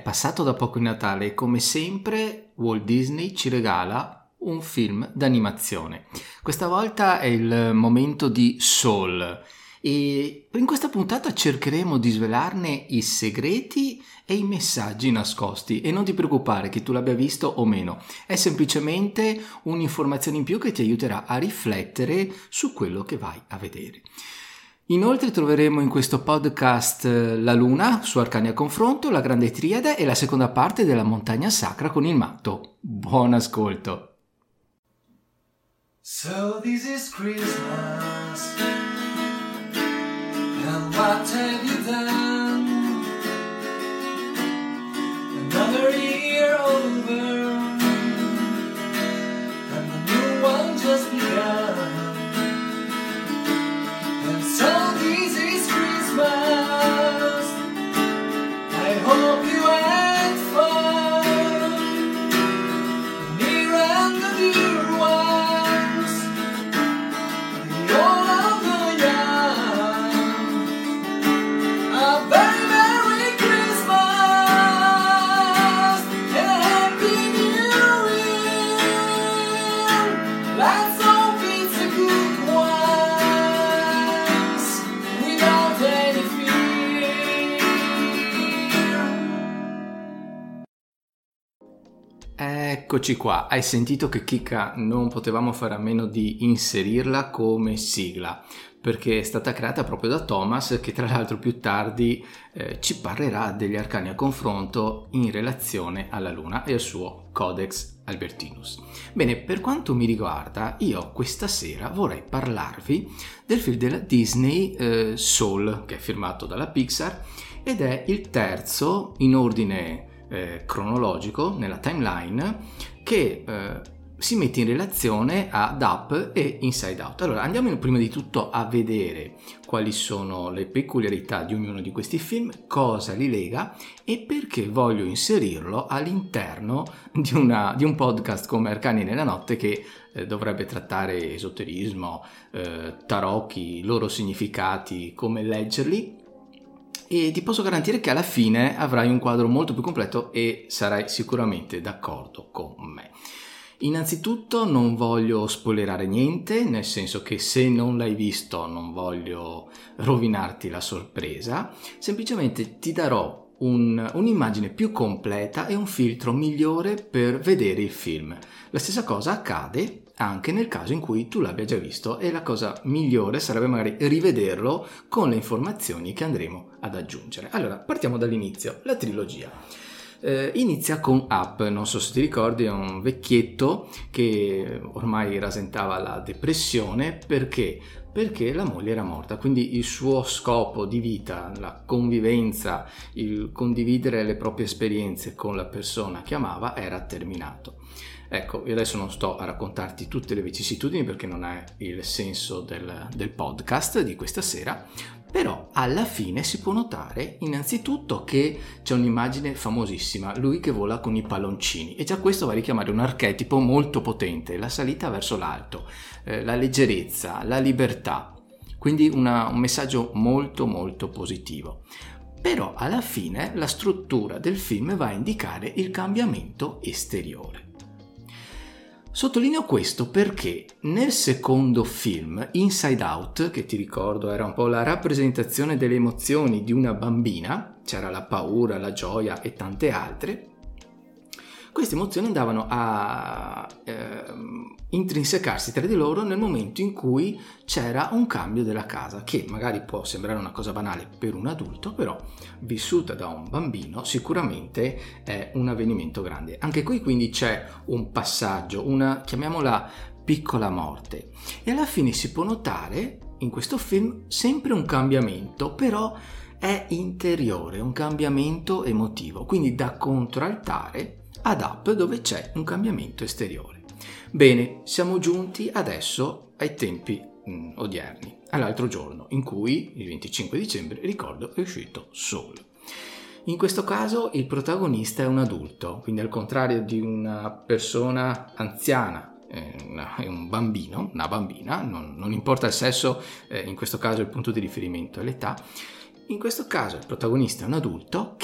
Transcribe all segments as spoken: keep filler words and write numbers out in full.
passato da poco il Natale e come sempre Walt Disney ci regala un film d'animazione. Questa volta è il momento di Soul e in questa puntata cercheremo di svelarne i segreti e i messaggi nascosti. E non ti preoccupare che tu l'abbia visto o meno, è semplicemente un'informazione in più che ti aiuterà a riflettere su quello che vai a vedere. Inoltre troveremo in questo podcast la Luna su Arcani a confronto, la Grande Triade e la seconda parte della Montagna Sacra con il matto. Buon ascolto! So this is Christmas, and what have you done? Another year over, and the new one just begun. And so this is Christmas, I hope you had fun, near and the dear ones, the old and the young. A very Merry Christmas and a Happy New Year. Let's hope it's a good one, without any fear. Eccoci qua, hai sentito che chicca non potevamo fare a meno di inserirla come sigla, perché è stata creata proprio da Thomas, che tra l'altro più tardi eh, ci parlerà degli arcani a confronto in relazione alla Luna e al suo Codex Albertinus. Bene, per quanto mi riguarda, io questa sera vorrei parlarvi del film della Disney eh, Soul, che è firmato dalla Pixar ed è il terzo in ordine eh, cronologico nella timeline che eh, si mette in relazione ad Up e Inside Out. Allora andiamo prima di tutto a vedere quali sono le peculiarità di ognuno di questi film, cosa li lega e perché voglio inserirlo all'interno di, una, di un podcast come Arcani nella notte che eh, dovrebbe trattare esoterismo, eh, tarocchi, i loro significati, come leggerli. E ti posso garantire che alla fine avrai un quadro molto più completo e sarai sicuramente d'accordo con me. Innanzitutto non voglio spoilerare niente, nel senso che se non l'hai visto non voglio rovinarti la sorpresa, semplicemente ti darò un, un'immagine più completa e un filtro migliore per vedere il film. La stessa cosa accade anche nel caso in cui tu l'abbia già visto e la cosa migliore sarebbe magari rivederlo con le informazioni che andremo ad aggiungere. Allora, partiamo dall'inizio, la trilogia. Eh, inizia con Up, non so se ti ricordi, è un vecchietto che ormai rasentava la depressione perché perché la moglie era morta, quindi il suo scopo di vita, la convivenza, il condividere le proprie esperienze con la persona che amava era terminato. Ecco, io adesso non sto a raccontarti tutte le vicissitudini perché non è il senso del, del podcast di questa sera, però alla fine si può notare innanzitutto che c'è un'immagine famosissima, lui che vola con i palloncini, e già questo va a richiamare un archetipo molto potente, la salita verso l'alto, eh, la leggerezza, la libertà, quindi una, un messaggio molto molto positivo. Però alla fine la struttura del film va a indicare il cambiamento esteriore. Sottolineo questo perché nel secondo film, Inside Out, che ti ricordo era un po' la rappresentazione delle emozioni di una bambina, c'era la paura, la gioia e tante altre, queste emozioni andavano a eh, intrinsecarsi tra di loro nel momento in cui c'era un cambio della casa, che magari può sembrare una cosa banale per un adulto, però vissuta da un bambino sicuramente è un avvenimento grande. Anche qui quindi c'è un passaggio, una, chiamiamola piccola morte, e alla fine si può notare in questo film sempre un cambiamento, però è interiore, un cambiamento emotivo, quindi da contraltare ad Up dove c'è un cambiamento esteriore. Bene, siamo giunti adesso ai tempi mh, odierni, all'altro giorno in cui, il venticinque dicembre, ricordo, è uscito Soul. In questo caso il protagonista è un adulto, quindi al contrario di una persona anziana, eh, una, è un bambino, una bambina, non, non importa il sesso, eh, in questo caso il punto di riferimento è l'età. In questo caso il protagonista è un adulto che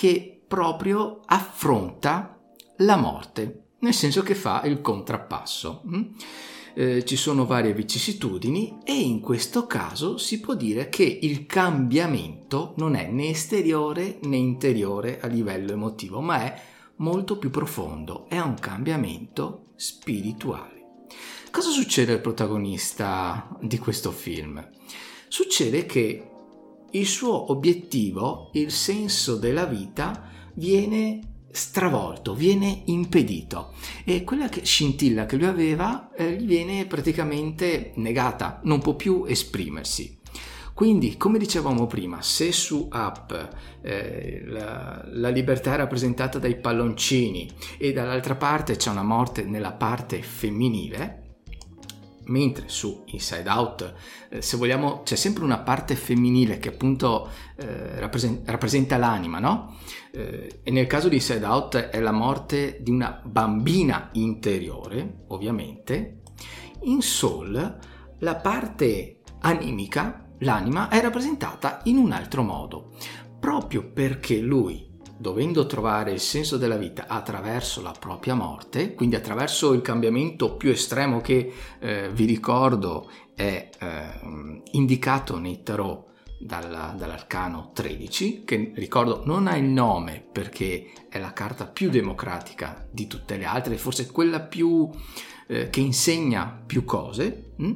proprio affronta la morte, nel senso che fa il contrappasso. Eh, ci sono varie vicissitudini e in questo caso si può dire che il cambiamento non è né esteriore né interiore a livello emotivo, ma è molto più profondo, è un cambiamento spirituale. Cosa succede al protagonista di questo film? Succede che il suo obiettivo, il senso della vita, viene stravolto, viene impedito e quella che, scintilla che lui aveva eh, gli viene praticamente negata, non può più esprimersi. Quindi, come dicevamo prima, se su Up eh, la, la libertà è rappresentata dai palloncini e dall'altra parte c'è una morte nella parte femminile, mentre su Inside Out, eh, se vogliamo, c'è sempre una parte femminile che appunto eh, rappresenta, rappresenta l'anima, no? Eh, e nel caso di Inside Out è la morte di una bambina interiore, ovviamente. In Soul la parte animica, l'anima, è rappresentata in un altro modo, proprio perché lui, dovendo trovare il senso della vita attraverso la propria morte, quindi attraverso il cambiamento più estremo che eh, vi ricordo è eh, indicato nei tarot dalla, dall'arcano tredici, che ricordo non ha il nome perché è la carta più democratica di tutte le altre, forse quella più eh, che insegna più cose. Hm?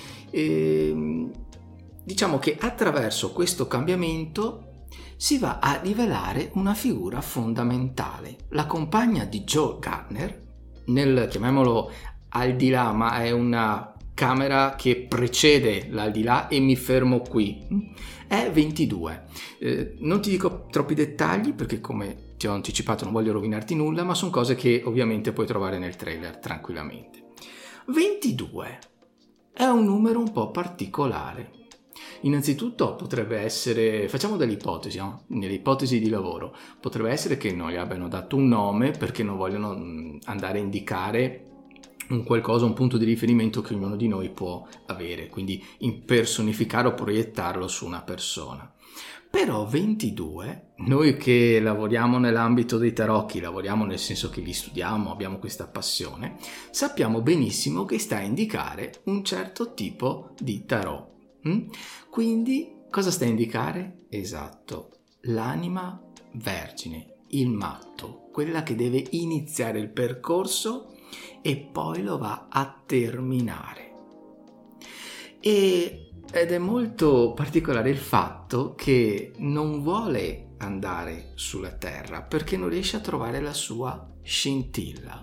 E, diciamo che attraverso questo cambiamento si va a rivelare una figura fondamentale, la compagna di Joe Gardner, nel, chiamiamolo aldilà, ma è una camera che precede l'aldilà e mi fermo qui, è ventidue. Eh, non ti dico troppi dettagli perché, come ti ho anticipato, non voglio rovinarti nulla, ma sono cose che ovviamente puoi trovare nel trailer tranquillamente. ventidue è un numero un po' particolare. Innanzitutto potrebbe essere, facciamo delle ipotesi, no? Nelle ipotesi di lavoro, potrebbe essere che non gli abbiano dato un nome perché non vogliono andare a indicare un qualcosa, un punto di riferimento che ognuno di noi può avere, quindi impersonificare o proiettarlo su una persona. Però ventidue, noi che lavoriamo nell'ambito dei tarocchi, lavoriamo nel senso che li studiamo, abbiamo questa passione, sappiamo benissimo che sta a indicare un certo tipo di tarot. Quindi cosa sta a indicare? Esatto, l'anima vergine, il matto, quella che deve iniziare il percorso e poi lo va a terminare. E, ed è molto particolare il fatto che non vuole andare sulla terra perché non riesce a trovare la sua scintilla.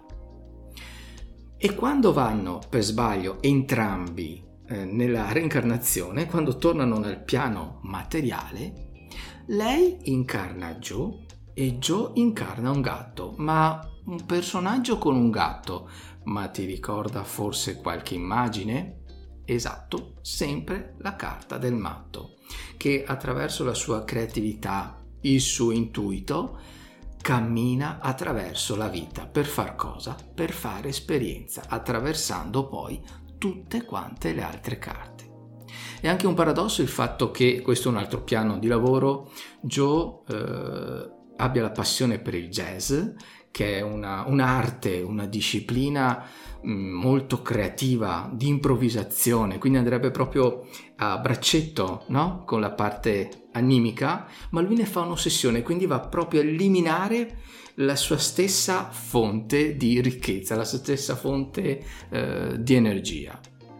E quando vanno per sbaglio entrambi nella reincarnazione, quando tornano nel piano materiale, lei incarna Joe e Joe incarna un gatto, ma un personaggio con un gatto. Ma ti ricorda forse qualche immagine? Esatto, sempre la carta del matto, che attraverso la sua creatività, il suo intuito, cammina attraverso la vita. Per far cosa? Per fare esperienza, attraversando poi tutte quante le altre carte. È anche un paradosso il fatto che, questo è un altro piano di lavoro, Joe eh, abbia la passione per il jazz, che è una, un'arte, una disciplina mh, molto creativa, di improvvisazione, quindi andrebbe proprio a braccetto, no? Con la parte animica, ma lui ne fa un'ossessione, quindi va proprio a eliminare la sua stessa fonte di ricchezza, la sua stessa fonte eh, di energia.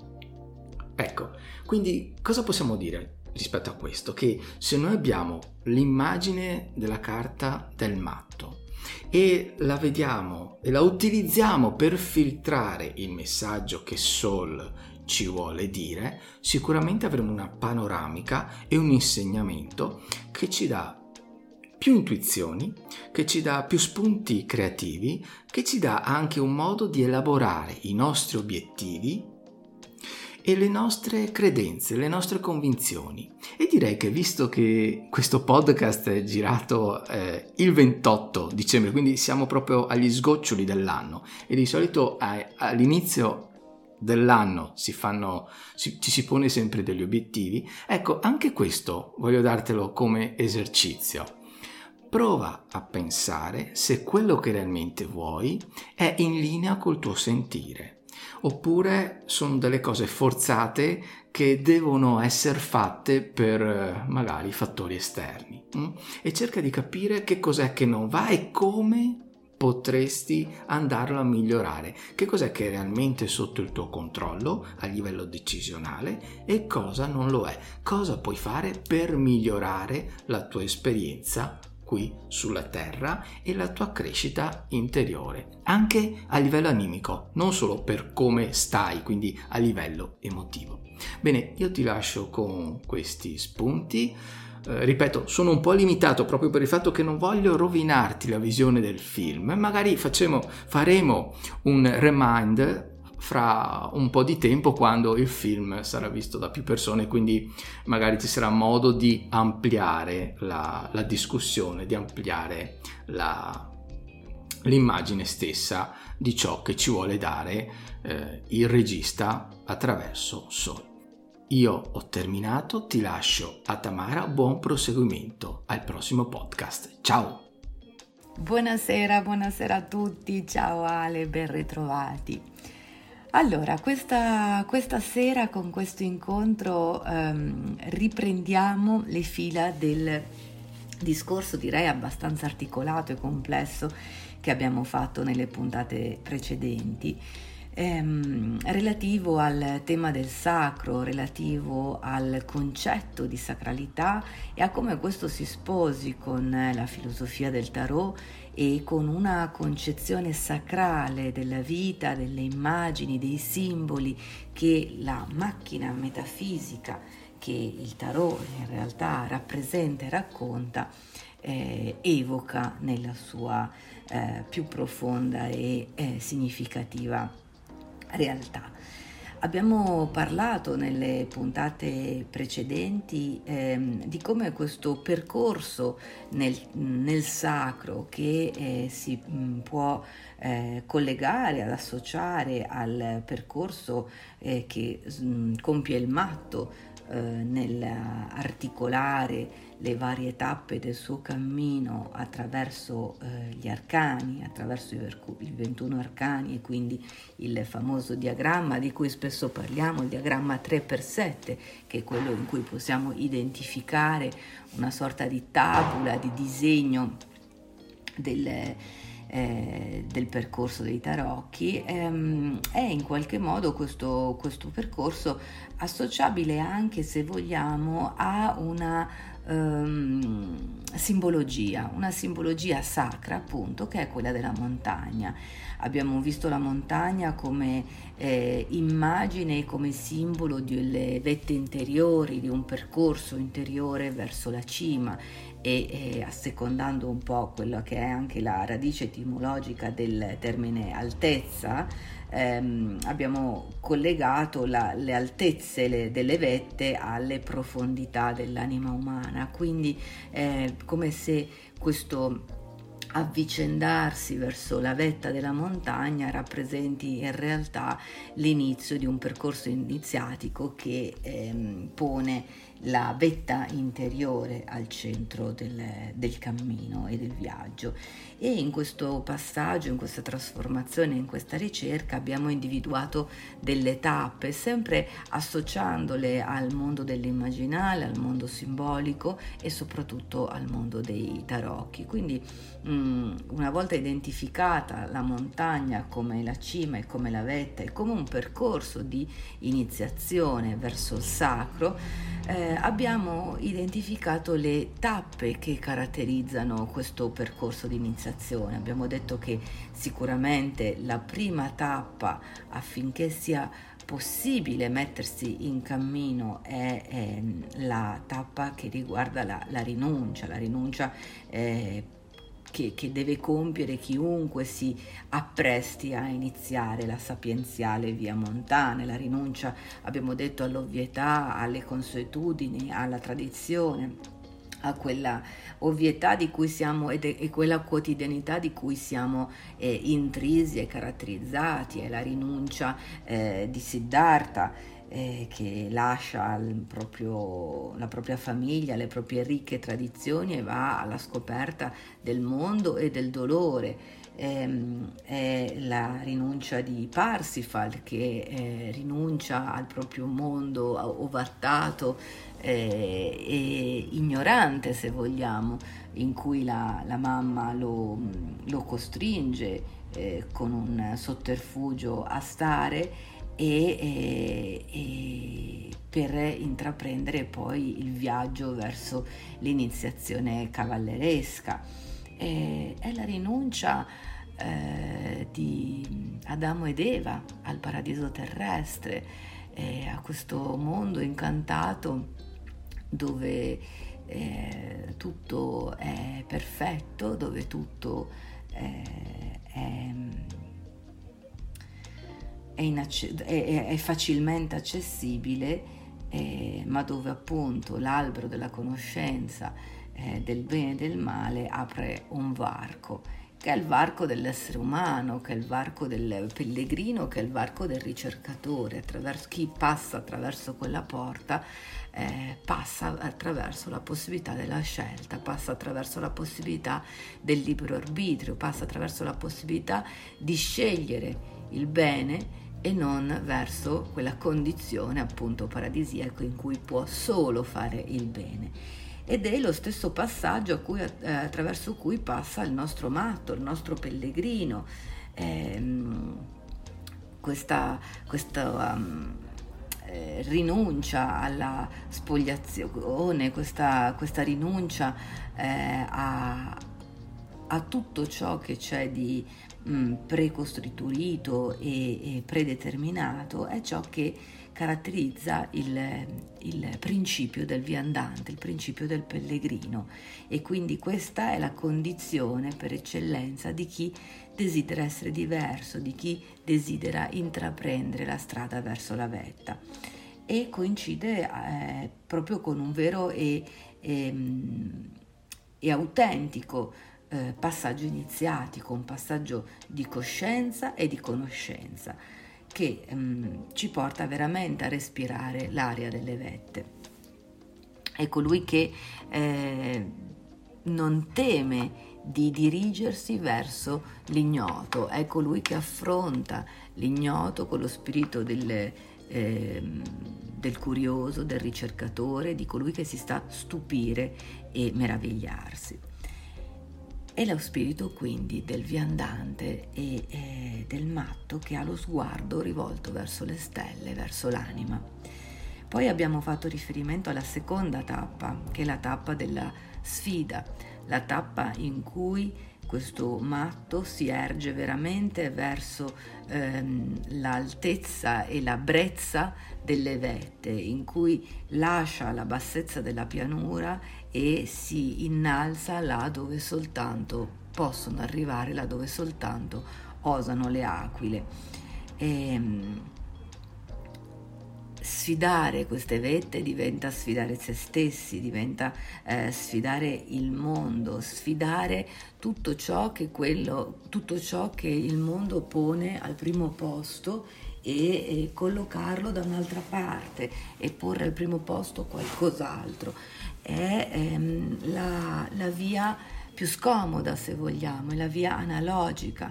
Ecco, quindi cosa possiamo dire rispetto a questo? Che se noi abbiamo l'immagine della carta del matto e la vediamo e la utilizziamo per filtrare il messaggio che Soul ci vuole dire, sicuramente avremo una panoramica e un insegnamento che ci dà più intuizioni, che ci dà più spunti creativi, che ci dà anche un modo di elaborare i nostri obiettivi e le nostre credenze, le nostre convinzioni. E direi che, visto che questo podcast è girato eh, il ventotto dicembre, quindi siamo proprio agli sgoccioli dell'anno, e di solito a, all'inizio dell'anno si fanno, si, ci si pone sempre degli obiettivi, ecco, anche questo voglio dartelo come esercizio. prova a pensare se quello che realmente vuoi è in linea col tuo sentire, oppure sono delle cose forzate che devono essere fatte per magari fattori esterni. hm? E cerca di capire che cos'è che non va e come potresti andarlo a migliorare, che cos'è che è realmente sotto il tuo controllo a livello decisionale e cosa non lo è, cosa puoi fare per migliorare la tua esperienza qui sulla terra e la tua crescita interiore, anche a livello animico, non solo per come stai, quindi a livello emotivo. Bene, io ti lascio con questi spunti. Eh, ripeto, sono un po' limitato proprio per il fatto che non voglio rovinarti la visione del film. Magari facciamo, faremo un remind fra un po' di tempo quando il film sarà visto da più persone, quindi magari ci sarà modo di ampliare la, la discussione, di ampliare la, l'immagine stessa di ciò che ci vuole dare eh, il regista attraverso Soul. Io ho terminato, ti lascio a Tamara, buon proseguimento al prossimo podcast. Ciao! Buonasera, buonasera a tutti, ciao Ale, ben ritrovati. Allora, questa, questa sera con questo incontro ehm, riprendiamo le fila del discorso, direi abbastanza articolato e complesso, che abbiamo fatto nelle puntate precedenti. Ehm, relativo al tema del sacro, relativo al concetto di sacralità e a come questo si sposi con la filosofia del tarot e con una concezione sacrale della vita, delle immagini, dei simboli che la macchina metafisica che il tarot in realtà rappresenta e racconta eh, evoca nella sua eh, più profonda e eh, significativa realtà. Abbiamo parlato nelle puntate precedenti ehm, di come questo percorso nel, nel sacro che eh, si mh, può eh, collegare, ad associare al percorso eh, che mh, compie il matto eh, nell'articolare le varie tappe del suo cammino attraverso eh, gli arcani, attraverso i, vercu- i ventuno arcani e quindi il famoso diagramma di cui spesso parliamo, il diagramma tre per sette, che è quello in cui possiamo identificare una sorta di tabula, di disegno del, eh, del percorso dei tarocchi. Ehm, è in qualche modo questo, questo percorso associabile anche, se vogliamo, a una Um, simbologia, una simbologia sacra, appunto, che è quella della montagna. Abbiamo visto la montagna come eh, immagine, come simbolo delle vette interiori, di un percorso interiore verso la cima e eh, assecondando un po' quello che è anche la radice etimologica del termine altezza, ehm, abbiamo collegato la, le altezze le, delle vette alle profondità dell'anima umana, quindi eh, come se questo avvicendarsi verso la vetta della montagna rappresenti in realtà l'inizio di un percorso iniziatico che ehm, pone la vetta interiore al centro del, del cammino e del viaggio. E in questo passaggio, in questa trasformazione, in questa ricerca abbiamo individuato delle tappe, sempre associandole al mondo dell'immaginale, al mondo simbolico e soprattutto al mondo dei tarocchi. Quindi mh, una volta identificata la montagna come la cima e come la vetta e come un percorso di iniziazione verso il sacro, eh, abbiamo identificato le tappe che caratterizzano questo percorso di iniziazione. Abbiamo detto che sicuramente la prima tappa affinché sia possibile mettersi in cammino è, è la tappa che riguarda la, la rinuncia, la rinuncia eh, Che, che deve compiere chiunque si appresti a iniziare la sapienziale via montana. La rinuncia, abbiamo detto, all'ovvietà, alle consuetudini, alla tradizione, a quella ovvietà di cui siamo ed è, e quella quotidianità di cui siamo eh, intrisi e caratterizzati. È la rinuncia eh, di Siddhartha, eh, che lascia il proprio, la propria famiglia, le proprie ricche tradizioni e va alla scoperta del mondo e del dolore. Ehm, è la rinuncia di Parsifal che eh, rinuncia al proprio mondo ovattato eh, e ignorante, se vogliamo, in cui la, la mamma lo, lo costringe eh, con un sotterfugio a stare e, e, e per intraprendere poi il viaggio verso l'iniziazione cavalleresca. Eh, è la rinuncia eh, di Adamo ed Eva al paradiso terrestre, eh, a questo mondo incantato dove eh, tutto è perfetto, dove tutto eh, è, è, inacce- è, è facilmente accessibile, eh, ma dove appunto l'albero della conoscenza eh, del bene e del male apre un varco, che è il varco dell'essere umano, che è il varco del pellegrino, che è il varco del ricercatore. Attraverso chi passa attraverso quella porta eh, passa attraverso la possibilità della scelta, passa attraverso la possibilità del libero arbitrio, passa attraverso la possibilità di scegliere il bene e non verso quella condizione appunto paradisiaca in cui può solo fare il bene. Ed è lo stesso passaggio a cui, eh, attraverso cui passa il nostro matto, il nostro pellegrino, ehm, questa, questa um, eh, rinuncia alla spogliazione, questa, questa rinuncia eh, a, a tutto ciò che c'è di mh, precostituito e, e predeterminato, è ciò che caratterizza il, il principio del viandante, il principio del pellegrino, e quindi questa è la condizione per eccellenza di chi desidera essere diverso, di chi desidera intraprendere la strada verso la vetta, e coincide eh, proprio con un vero e, e, e autentico eh, passaggio iniziatico, un passaggio di coscienza e di conoscenza, che um, ci porta veramente a respirare l'aria delle vette. È colui che eh, non teme di dirigersi verso l'ignoto, è colui che affronta l'ignoto con lo spirito del, eh, del curioso, del ricercatore, di colui che si sta a stupire e meravigliarsi. È lo spirito quindi del viandante e eh, del matto che ha lo sguardo rivolto verso le stelle, verso l'anima. Poi abbiamo fatto riferimento alla seconda tappa, che è la tappa della sfida, la tappa in cui questo matto si erge veramente verso ehm, l'altezza e la brezza delle vette, in cui lascia la bassezza della pianura e si innalza là dove soltanto possono arrivare, là dove soltanto osano le aquile. E, sfidare queste vette diventa sfidare se stessi, diventa eh, sfidare il mondo, sfidare tutto ciò che quello, tutto ciò che il mondo pone al primo posto e, e collocarlo da un'altra parte e porre al primo posto qualcos'altro. È ehm, la, la via più scomoda, se vogliamo, è la via analogica,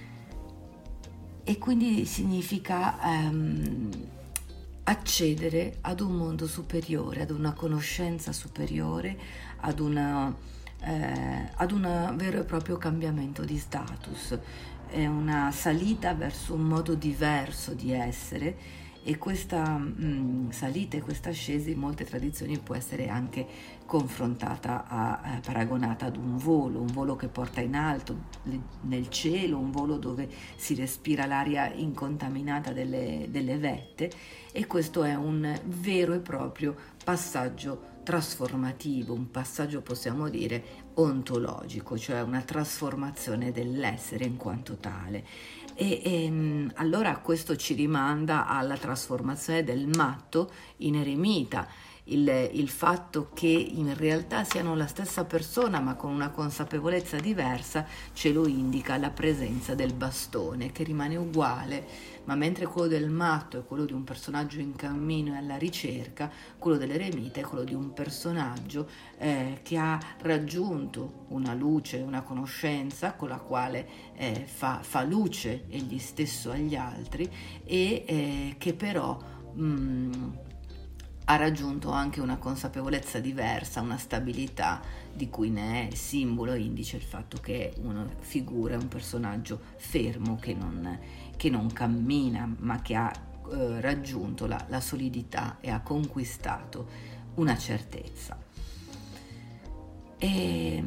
e quindi significa ehm, accedere ad un mondo superiore, ad una conoscenza superiore, ad una, eh, ad un vero e proprio cambiamento di status. È una salita verso un modo diverso di essere, e questa mh, salita e questa ascesa in molte tradizioni può essere anche confrontata, a, a, paragonata ad un volo, un volo che porta in alto le, nel cielo, un volo dove si respira l'aria incontaminata delle, delle vette, e questo è un vero e proprio passaggio trasformativo, un passaggio, possiamo dire, ontologico, cioè una trasformazione dell'essere in quanto tale. E, e allora questo ci rimanda alla trasformazione del matto in eremita, il, il fatto che in realtà siano la stessa persona ma con una consapevolezza diversa ce lo indica la presenza del bastone, che rimane uguale, ma mentre quello del matto è quello di un personaggio in cammino e alla ricerca, quello dell'eremita è quello di un personaggio eh, che ha raggiunto una luce, una conoscenza con la quale eh, fa, fa luce egli stesso agli altri e eh, che però mh, ha raggiunto anche una consapevolezza diversa, una stabilità di cui ne è simbolo e indice il fatto che è una figura, un personaggio fermo che non, che non cammina, ma che ha eh, raggiunto la, la solidità e ha conquistato una certezza. E,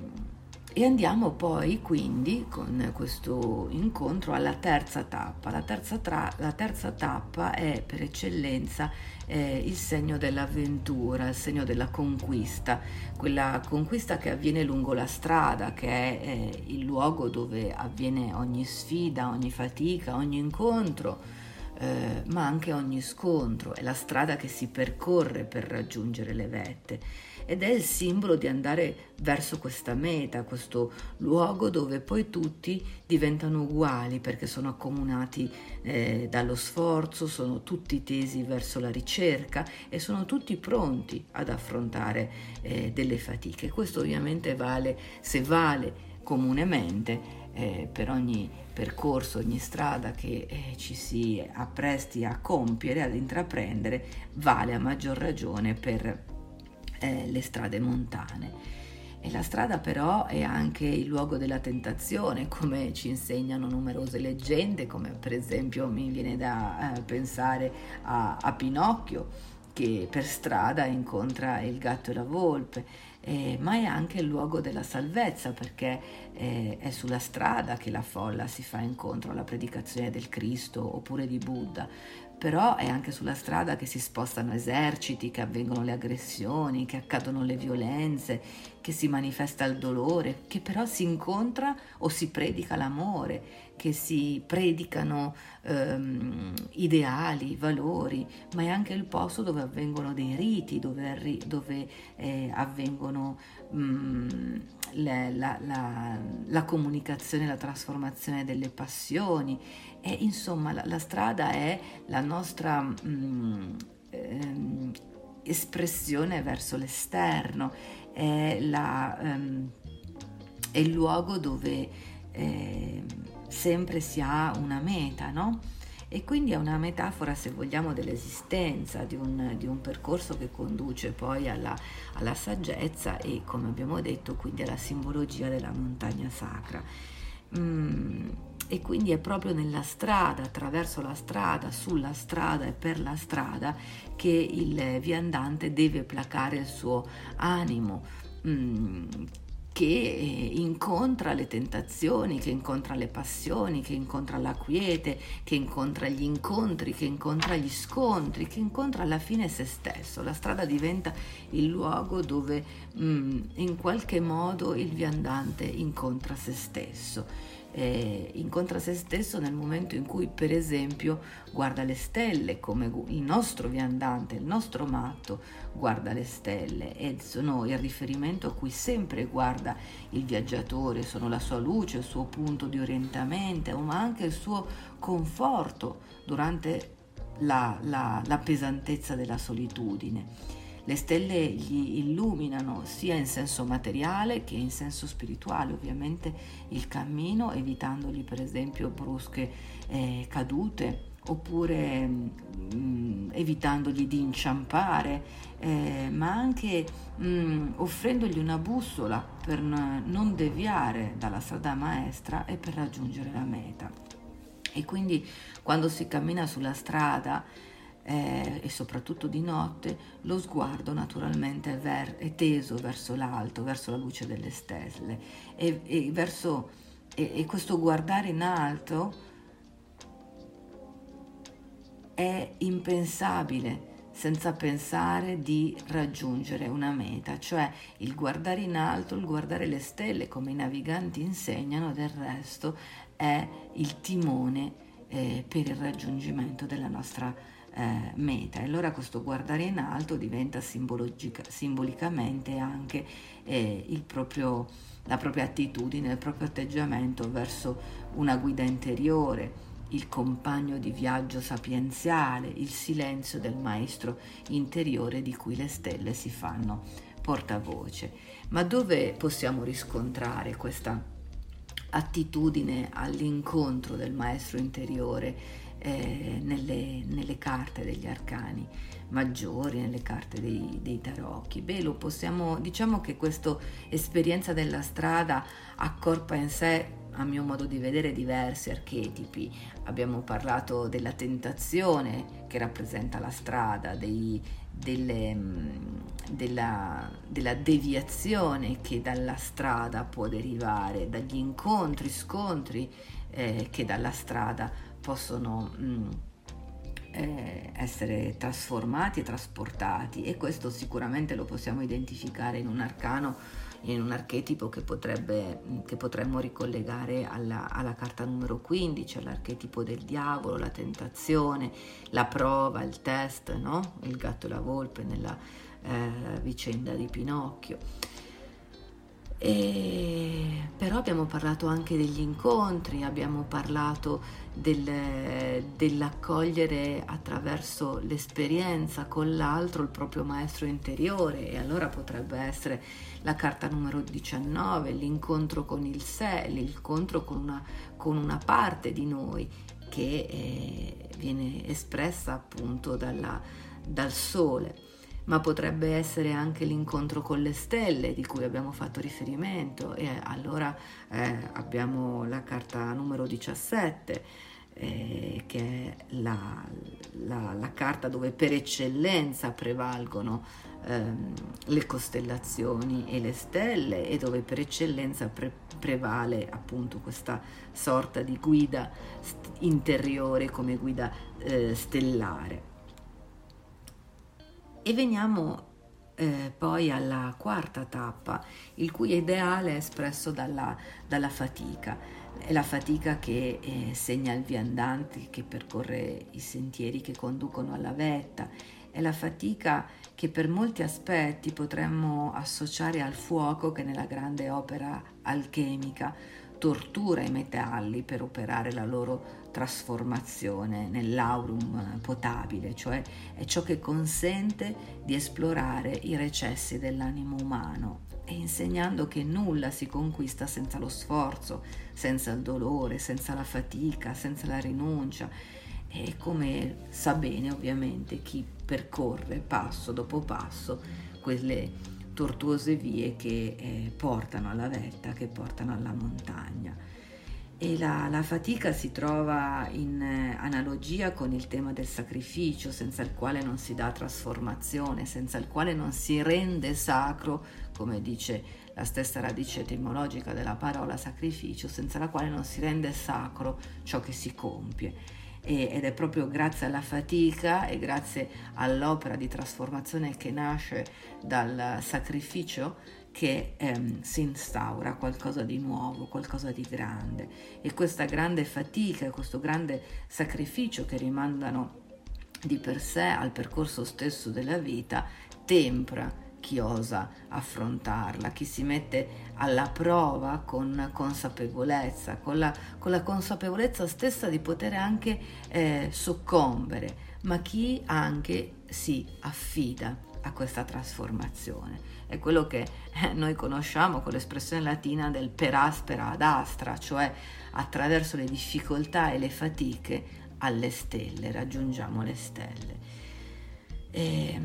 e andiamo poi quindi con questo incontro alla terza tappa. La terza, tra, la terza tappa è per eccellenza eh, il segno dell'avventura, il segno della conquista, quella conquista che avviene lungo la strada, che è eh, il luogo dove avviene ogni sfida, ogni fatica, ogni incontro, eh, ma anche ogni scontro. È la strada che si percorre per raggiungere le vette. Ed è il simbolo di andare verso questa meta, questo luogo dove poi tutti diventano uguali perché sono accomunati eh, dallo sforzo, sono tutti tesi verso la ricerca e sono tutti pronti ad affrontare eh, delle fatiche. Questo ovviamente vale, se vale comunemente eh, per ogni percorso, ogni strada che eh, ci si appresti a compiere, ad intraprendere, vale a maggior ragione per Eh, le strade montane. E la strada però è anche il luogo della tentazione, come ci insegnano numerose leggende, come per esempio mi viene da eh, pensare a, a Pinocchio, che per strada incontra il gatto e la volpe, eh, ma è anche il luogo della salvezza, perché eh, è sulla strada che la folla si fa incontro alla predicazione del Cristo oppure di Buddha. Però è anche sulla strada che si spostano eserciti, che avvengono le aggressioni, che accadono le violenze, che si manifesta il dolore, che però si incontra o si predica l'amore, che si predicano ehm, ideali, valori, ma è anche il posto dove avvengono dei riti, dove, dove eh, avvengono mh, le, la, la, la comunicazione, la trasformazione delle passioni. E insomma la, la strada è la nostra mh, ehm, espressione verso l'esterno, è, la, ehm, è il luogo dove eh, sempre si ha una meta, no? E quindi è una metafora, se vogliamo, dell'esistenza, di un, di un percorso che conduce poi alla, alla saggezza e, come abbiamo detto, quindi alla simbologia della montagna sacra. Mm. E quindi è proprio nella strada, attraverso la strada, sulla strada e per la strada che il viandante deve placare il suo animo, mh, che incontra le tentazioni, che incontra le passioni, che incontra la quiete, che incontra gli incontri, che incontra gli scontri, che incontra alla fine se stesso. La strada diventa il luogo dove mh, in qualche modo il viandante incontra se stesso. Eh, incontra se stesso nel momento in cui, per esempio, guarda le stelle, come il nostro viandante, il nostro matto guarda le stelle, e sono il riferimento a cui sempre guarda il viaggiatore, sono la sua luce, il suo punto di orientamento, ma anche il suo conforto durante la, la, la pesantezza della solitudine. Le stelle gli illuminano sia in senso materiale che in senso spirituale, ovviamente, il cammino, evitandogli per esempio brusche eh, cadute, oppure mh, evitandogli di inciampare, eh, ma anche mh, offrendogli una bussola per n- non deviare dalla strada maestra e per raggiungere la meta. E quindi quando si cammina sulla strada, Eh, e soprattutto di notte, lo sguardo naturalmente è, ver- è teso verso l'alto, verso la luce delle stelle, e, e, verso, e, e questo guardare in alto è impensabile senza pensare di raggiungere una meta, cioè il guardare in alto, il guardare le stelle, come i naviganti insegnano, del resto è il timone eh, per il raggiungimento della nostra eh, meta. E allora questo guardare in alto diventa simbolicamente anche eh, il proprio, la propria attitudine, il proprio atteggiamento verso una guida interiore, il compagno di viaggio sapienziale, il silenzio del maestro interiore di cui le stelle si fanno portavoce. Ma dove possiamo riscontrare questa attitudine all'incontro del maestro interiore? Eh, nelle, nelle carte degli arcani maggiori, nelle carte dei, dei tarocchi. Beh, lo possiamo, diciamo che questa esperienza della strada accorpa in sé, a mio modo di vedere, diversi archetipi. Abbiamo parlato della tentazione che rappresenta la strada, dei, delle, della, della deviazione che dalla strada può derivare, dagli incontri, scontri eh, che dalla strada possono mh, eh, essere trasformati e trasportati, e questo sicuramente lo possiamo identificare in un arcano, in un archetipo che potrebbe che potremmo ricollegare alla, alla carta numero quindici, all'archetipo del diavolo, la tentazione, la prova, il test, no? Il gatto e la volpe nella eh, vicenda di Pinocchio. E però abbiamo parlato anche degli incontri, abbiamo parlato del, dell'accogliere attraverso l'esperienza con l'altro il proprio maestro interiore, e allora potrebbe essere la carta numero diciannove, l'incontro con il sé, l'incontro con una, con una parte di noi che eh, viene espressa appunto dalla, dal sole. Ma potrebbe essere anche l'incontro con le stelle di cui abbiamo fatto riferimento, e allora eh, abbiamo la carta numero diciassette eh, che è la, la, la carta dove per eccellenza prevalgono ehm, le costellazioni e le stelle, e dove per eccellenza pre- prevale appunto questa sorta di guida st- interiore come guida eh, stellare. E veniamo eh, poi alla quarta tappa, il cui ideale è espresso dalla, dalla fatica. È la fatica che eh, segna il viandante che percorre i sentieri che conducono alla vetta. È la fatica che per molti aspetti potremmo associare al fuoco che nella grande opera alchemica tortura i metalli per operare la loro trasformazione nell'aurum potabile, cioè è ciò che consente di esplorare i recessi dell'animo umano, e insegnando che nulla si conquista senza lo sforzo, senza il dolore, senza la fatica, senza la rinuncia. E come sa bene ovviamente chi percorre passo dopo passo quelle tortuose vie che eh, portano alla vetta, che portano alla montagna. E la, la fatica si trova in eh, analogia con il tema del sacrificio, senza il quale non si dà trasformazione, senza il quale non si rende sacro, come dice la stessa radice etimologica della parola sacrificio, senza la quale non si rende sacro ciò che si compie. Ed è proprio grazie alla fatica e grazie all'opera di trasformazione che nasce dal sacrificio che ehm, si instaura qualcosa di nuovo, qualcosa di grande. E questa grande fatica, questo grande sacrificio che rimandano di per sé al percorso stesso della vita, tempra chi osa affrontarla, chi si mette alla prova con consapevolezza, con la, con la consapevolezza stessa di poter anche eh, soccombere, ma chi anche si affida a questa trasformazione. È quello che eh, noi conosciamo con l'espressione latina del per aspera ad astra, cioè attraverso le difficoltà e le fatiche alle stelle, raggiungiamo le stelle. E,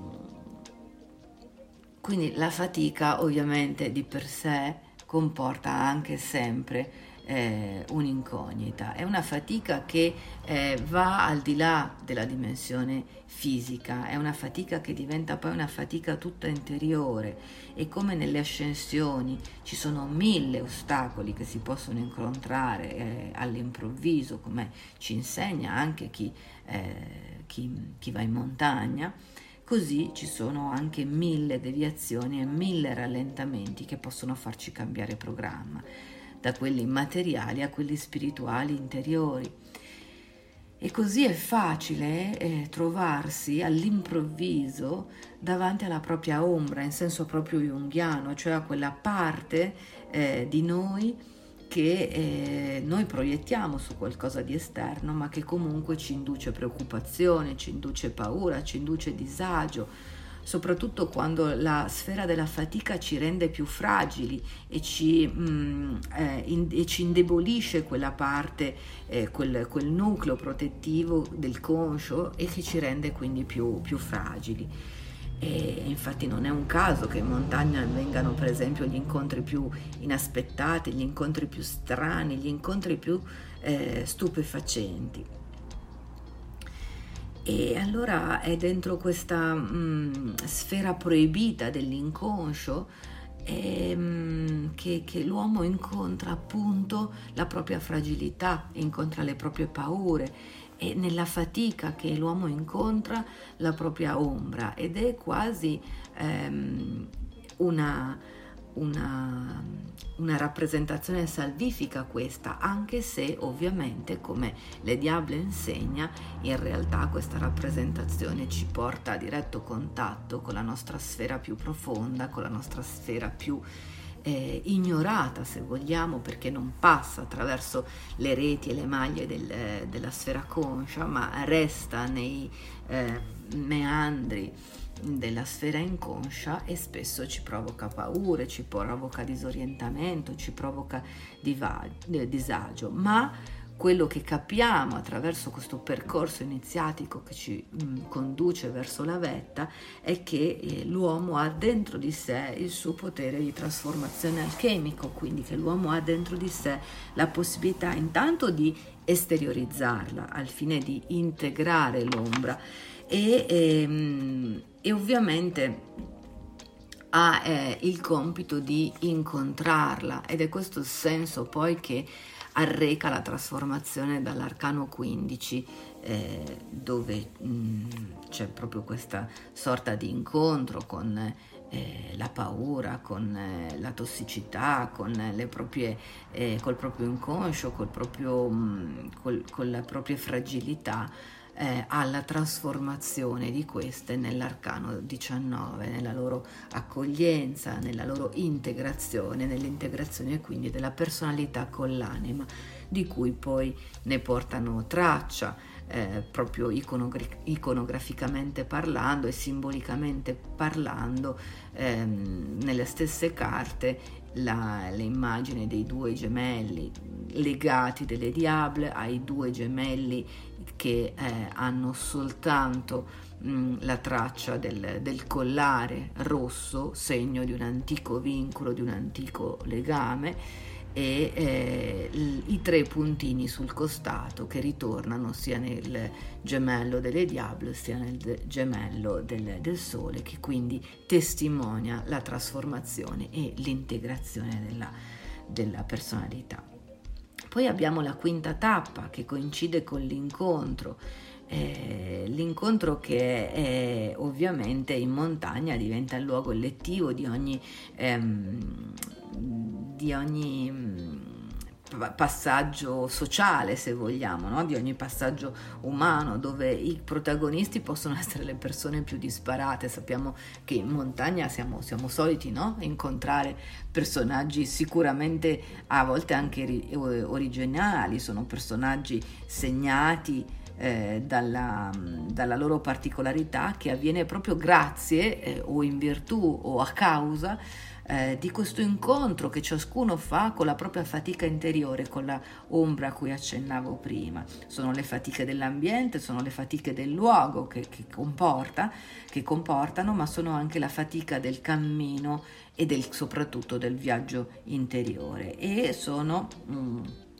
Quindi la fatica ovviamente di per sé comporta anche sempre eh, un'incognita. È una fatica che eh, va al di là della dimensione fisica, è una fatica che diventa poi una fatica tutta interiore, e come nelle ascensioni ci sono mille ostacoli che si possono incontrare eh, all'improvviso, come ci insegna anche chi, eh, chi, chi va in montagna. Così ci sono anche mille deviazioni e mille rallentamenti che possono farci cambiare programma, da quelli materiali a quelli spirituali interiori. E così è facile eh, trovarsi all'improvviso davanti alla propria ombra, in senso proprio junghiano, cioè a quella parte eh, di noi che eh, noi proiettiamo su qualcosa di esterno, ma che comunque ci induce preoccupazione, ci induce paura, ci induce disagio, soprattutto quando la sfera della fatica ci rende più fragili e ci, mm, eh, in, e ci indebolisce quella parte, eh, quel, quel nucleo protettivo del conscio, e che ci rende quindi più, più fragili. E infatti non è un caso che in montagna vengano per esempio gli incontri più inaspettati, gli incontri più strani, gli incontri più eh, stupefacenti. E allora è dentro questa mh, sfera proibita dell'inconscio ehm, che, che l'uomo incontra appunto la propria fragilità, incontra le proprie paure, e nella fatica che l'uomo incontra la propria ombra, ed è quasi ehm, una, una, una rappresentazione salvifica questa, anche se ovviamente, come Le Diable insegna, in realtà questa rappresentazione ci porta a diretto contatto con la nostra sfera più profonda, con la nostra sfera più Eh, ignorata, se vogliamo, perché non passa attraverso le reti e le maglie del, eh, della sfera conscia, ma resta nei eh, meandri della sfera inconscia, e spesso ci provoca paure, ci provoca disorientamento, ci provoca diva- eh, disagio, ma quello che capiamo attraverso questo percorso iniziatico che ci mh, conduce verso la vetta è che eh, l'uomo ha dentro di sé il suo potere di trasformazione alchemico, quindi che l'uomo ha dentro di sé la possibilità intanto di esteriorizzarla al fine di integrare l'ombra e, ehm, e ovviamente ha eh, il compito di incontrarla, ed è questo il senso poi che arreca la trasformazione dall'arcano quindici, eh, dove mh, c'è proprio questa sorta di incontro con eh, la paura, con eh, la tossicità, con le proprie, eh, col proprio inconscio, col proprio, mh, col, con le proprie fragilità, eh, alla trasformazione di queste nell'arcano diciannove, nella loro accoglienza, nella loro integrazione, nell'integrazione quindi della personalità con l'anima, di cui poi ne portano traccia eh, proprio iconogra- iconograficamente parlando e simbolicamente parlando ehm, nelle stesse carte. La, le immagini dei due gemelli legati delle Diable ai due gemelli che eh, hanno soltanto mh, la traccia del, del collare rosso, segno di un antico vincolo, di un antico legame, e eh, i tre puntini sul costato che ritornano sia nel gemello delle Diable sia nel gemello del, del Sole, che quindi testimonia la trasformazione e l'integrazione della, della personalità. Poi abbiamo la quinta tappa che coincide con l'incontro, eh, l'incontro che è, ovviamente in montagna diventa il luogo elettivo di ogni, ehm, di ogni passaggio sociale, se vogliamo, no? Di ogni passaggio umano, dove i protagonisti possono essere le persone più disparate. Sappiamo che in montagna siamo, siamo soliti, no? Incontrare personaggi sicuramente a volte anche ri- originali, sono personaggi segnati eh, dalla, dalla loro particolarità, che avviene proprio grazie eh, o in virtù o a causa Eh, di questo incontro che ciascuno fa con la propria fatica interiore, con la ombra a cui accennavo prima. Sono le fatiche dell'ambiente, sono le fatiche del luogo che, che, comporta, che comportano, ma sono anche la fatica del cammino e del, soprattutto del viaggio interiore, e sono mh,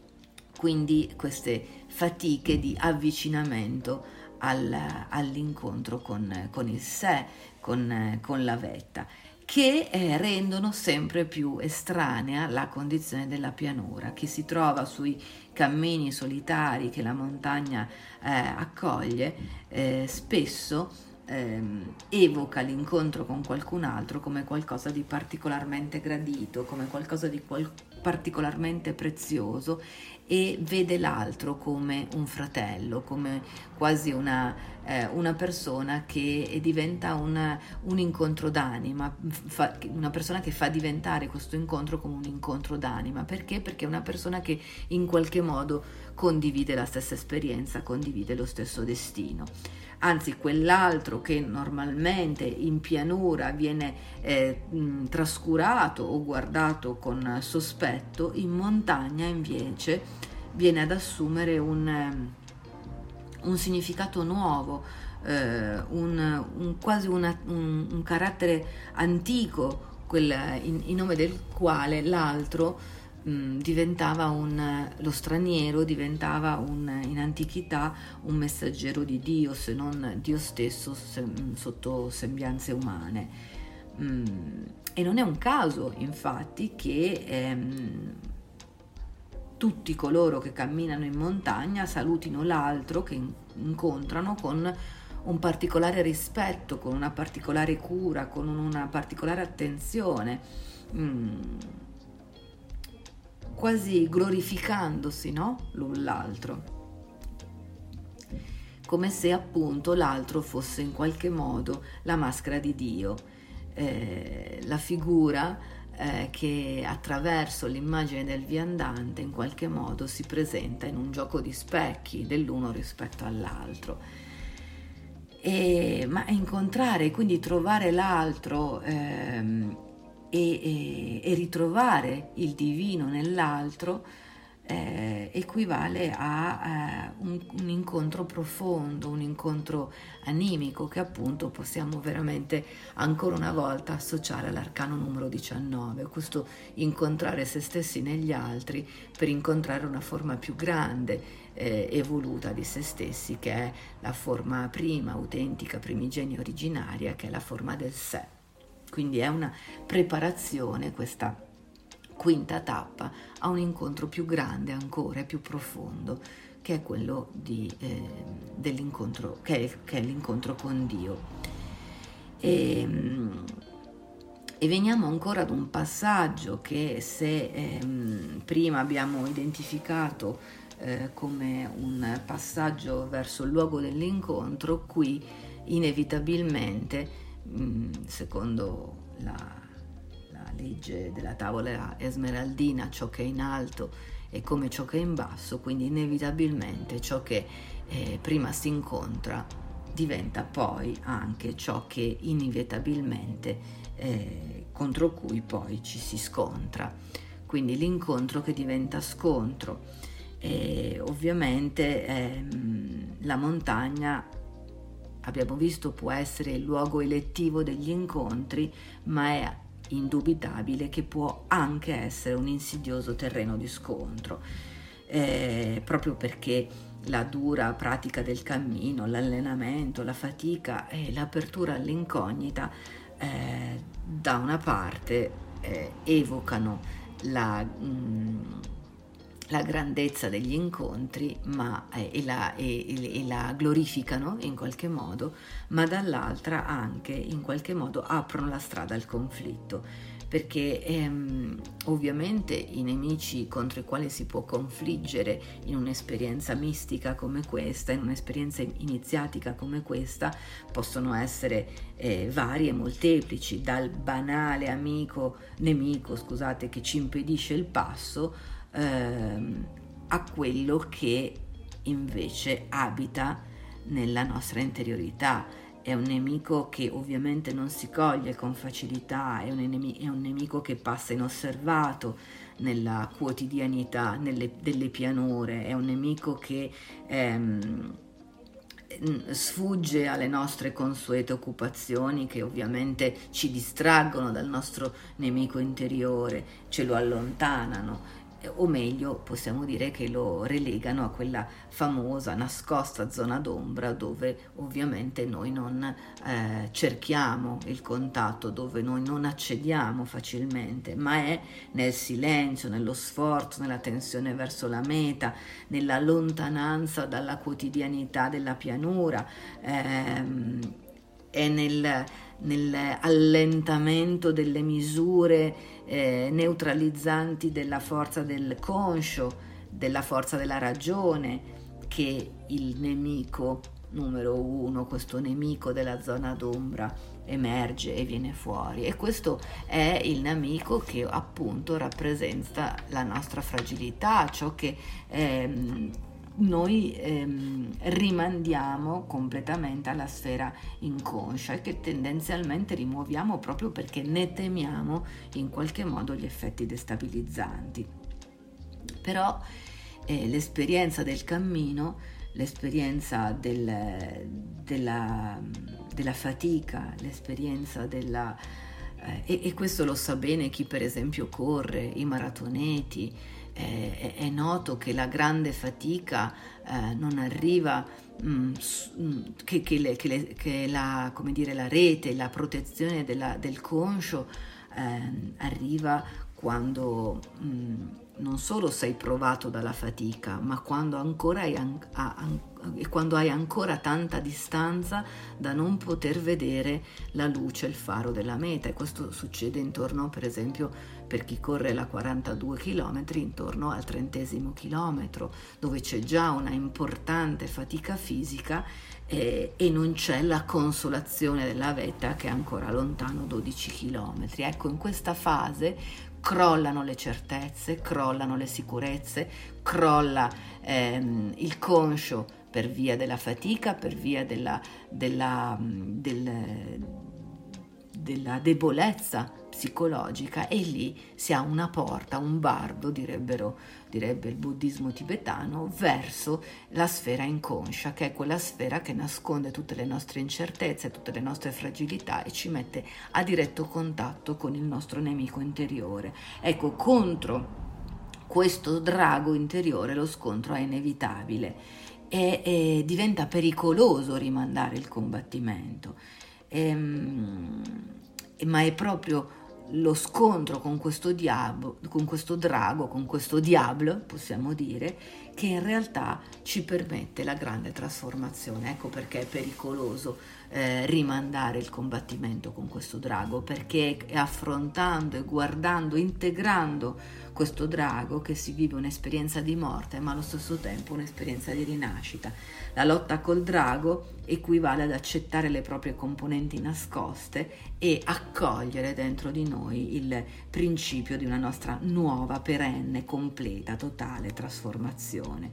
quindi queste fatiche di avvicinamento al, all'incontro con, con il sé, con, con la vetta, che eh, rendono sempre più estranea la condizione della pianura. Chi si trova sui cammini solitari che la montagna eh, accoglie eh, spesso ehm, evoca l'incontro con qualcun altro come qualcosa di particolarmente gradito, come qualcosa di qual- particolarmente prezioso e vede l'altro come un fratello, come quasi una, eh, una persona che diventa una, un incontro d'anima, fa, una persona che fa diventare questo incontro come un incontro d'anima. Perché? Perché è una persona che in qualche modo condivide la stessa esperienza, condivide lo stesso destino. Anzi, quell'altro che normalmente in pianura viene eh, mh, trascurato o guardato con sospetto, in montagna invece viene ad assumere un, un significato nuovo, eh, un, un, quasi una, un, un carattere antico, quel, in, in nome del quale l'altro diventava un, lo straniero diventava un, in antichità un messaggero di Dio, se non Dio stesso se, sotto sembianze umane. Mm, e non è un caso infatti che ehm, tutti coloro che camminano in montagna salutino l'altro che incontrano con un particolare rispetto, con una particolare cura, con una particolare attenzione, mm, quasi glorificandosi, no? L'un l'altro, come se appunto l'altro fosse in qualche modo la maschera di Dio, eh, la figura eh, che attraverso l'immagine del viandante in qualche modo si presenta in un gioco di specchi dell'uno rispetto all'altro. E, ma incontrare, quindi trovare l'altro ehm, E, e, e ritrovare il divino nell'altro eh, equivale a, a un, un incontro profondo, un incontro animico che appunto possiamo veramente ancora una volta associare all'arcano numero diciannove, questo incontrare se stessi negli altri per incontrare una forma più grande, eh, evoluta di se stessi, che è la forma prima, autentica, primigenia, originaria, che è la forma del sé. Quindi è una preparazione, questa quinta tappa, a un incontro più grande ancora e più profondo, che è quello di, eh, dell'incontro, che è, che è l'incontro con Dio. E, e veniamo ancora ad un passaggio che se ehm, prima abbiamo identificato eh, come un passaggio verso il luogo dell'incontro, qui inevitabilmente, secondo la, la legge della tavola esmeraldina, ciò che è in alto è come ciò che è in basso, quindi inevitabilmente ciò che eh, prima si incontra diventa poi anche ciò che inevitabilmente eh, contro cui poi ci si scontra, quindi l'incontro che diventa scontro. E ovviamente ehm, la montagna, abbiamo visto, può essere il luogo elettivo degli incontri, ma è indubitabile che può anche essere un insidioso terreno di scontro, eh, proprio perché la dura pratica del cammino, l'allenamento, la fatica e l'apertura all'incognita eh, da una parte eh, evocano la... Mh, la grandezza degli incontri ma, eh, e, la, e, e la glorificano in qualche modo, ma dall'altra anche in qualche modo aprono la strada al conflitto, perché ehm, ovviamente i nemici contro i quali si può confliggere in un'esperienza mistica come questa, in un'esperienza iniziatica come questa, possono essere eh, vari e molteplici, dal banale amico, nemico scusate, che ci impedisce il passo, a quello che invece abita nella nostra interiorità. È un nemico che ovviamente non si coglie con facilità, è un, nemico, è un nemico che passa inosservato nella quotidianità, nelle, delle pianure, è un nemico che ehm, sfugge alle nostre consuete occupazioni, che ovviamente ci distraggono dal nostro nemico interiore, ce lo allontanano, o meglio possiamo dire che lo relegano a quella famosa nascosta zona d'ombra dove ovviamente noi non eh, cerchiamo il contatto, dove noi non accediamo facilmente, ma è nel silenzio, nello sforzo, nella tensione verso la meta, nella lontananza dalla quotidianità della pianura, ehm, è nel, nell'allentamento delle misure eh, neutralizzanti della forza del conscio, della forza della ragione, che il nemico numero uno, questo nemico della zona d'ombra, emerge e viene fuori. E questo è il nemico che appunto rappresenta la nostra fragilità, ciò che ehm, noi ehm, rimandiamo completamente alla sfera inconscia e che tendenzialmente rimuoviamo proprio perché ne temiamo in qualche modo gli effetti destabilizzanti. Però eh, l'esperienza del cammino, l'esperienza del, della, della fatica, l'esperienza della... Eh, e, e questo lo sa bene chi per esempio corre, i maratoneti. Eh, è, è noto che la grande fatica eh, non arriva, mh, che, che, le, che, le, che la, come dire, la rete, la protezione della, del conscio eh, arriva quando... Mh, non solo sei provato dalla fatica, ma quando ancora hai, an- an- quando hai ancora tanta distanza da non poter vedere la luce, il faro della meta. E questo succede intorno, per esempio, per chi corre la quarantadue chilometri, intorno al trentesimo chilometro, dove c'è già una importante fatica fisica eh, e non c'è la consolazione della vetta che è ancora lontano dodici chilometri. Ecco, in questa fase crollano le certezze, crollano le sicurezze, crolla ehm, il conscio per via della fatica, per via della, della, del, della debolezza psicologica, e lì si ha una porta, un vardo, direbbero, direbbe il buddismo tibetano, verso la sfera inconscia, che è quella sfera che nasconde tutte le nostre incertezze, tutte le nostre fragilità e ci mette a diretto contatto con il nostro nemico interiore. Ecco, contro questo drago interiore lo scontro è inevitabile e, e diventa pericoloso rimandare il combattimento. Ehm, ma è proprio lo scontro con questo diavolo, con questo drago, con questo diavolo, possiamo dire, che in realtà ci permette la grande trasformazione. Ecco perché è pericoloso eh, rimandare il combattimento con questo drago, perché è affrontando e guardando, integrando questo drago che si vive un'esperienza di morte, ma allo stesso tempo un'esperienza di rinascita. La lotta col drago equivale ad accettare le proprie componenti nascoste e accogliere dentro di noi il principio di una nostra nuova, perenne, completa, totale trasformazione.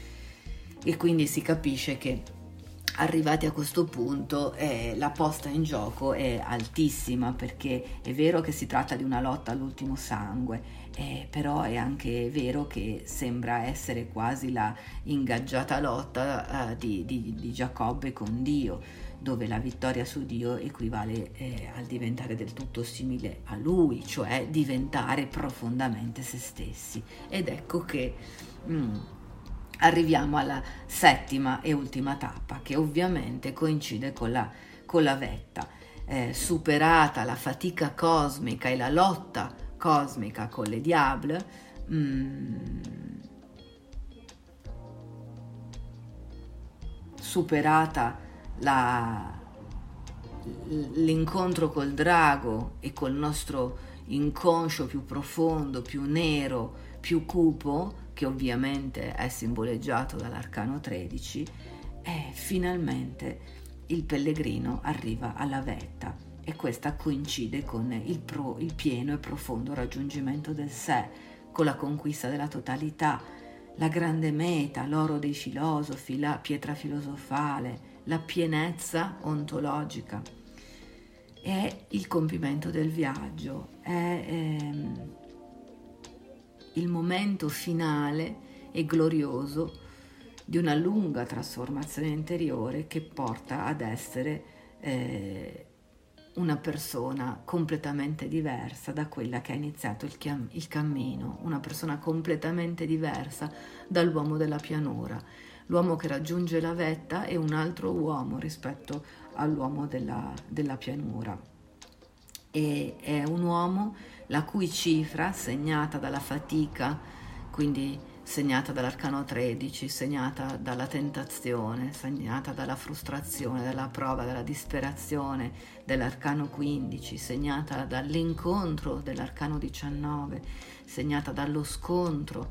E quindi si capisce che arrivati a questo punto eh, la posta in gioco è altissima, perché è vero che si tratta di una lotta all'ultimo sangue, eh, però è anche vero che sembra essere quasi la ingaggiata lotta eh, di, di, di Giacobbe con Dio, dove la vittoria su Dio equivale eh, al diventare del tutto simile a Lui, cioè diventare profondamente se stessi. Ed ecco che mm, arriviamo alla settima e ultima tappa, che ovviamente coincide con la, con la vetta. Eh, superata la fatica cosmica e la lotta cosmica con le diable, mm, superata la, l'incontro col drago e col nostro inconscio più profondo, più nero, più cupo, che ovviamente è simboleggiato dall'arcano tredici, e finalmente il pellegrino arriva alla vetta, e questa coincide con il, pro, il pieno e profondo raggiungimento del sé, con la conquista della totalità, la grande meta, l'oro dei filosofi, la pietra filosofale, la pienezza ontologica. È il compimento del viaggio, è ehm, il momento finale e glorioso di una lunga trasformazione interiore che porta ad essere eh, una persona completamente diversa da quella che ha iniziato il, chiam- il cammino, una persona completamente diversa dall'uomo della pianura. L'uomo che raggiunge la vetta è un altro uomo rispetto all'uomo della, della pianura. E è un uomo la cui cifra, segnata dalla fatica, quindi segnata dall'arcano tredici, segnata dalla tentazione, segnata dalla frustrazione, dalla prova, dalla disperazione dell'arcano quindici, segnata dall'incontro dell'arcano diciannove, segnata dallo scontro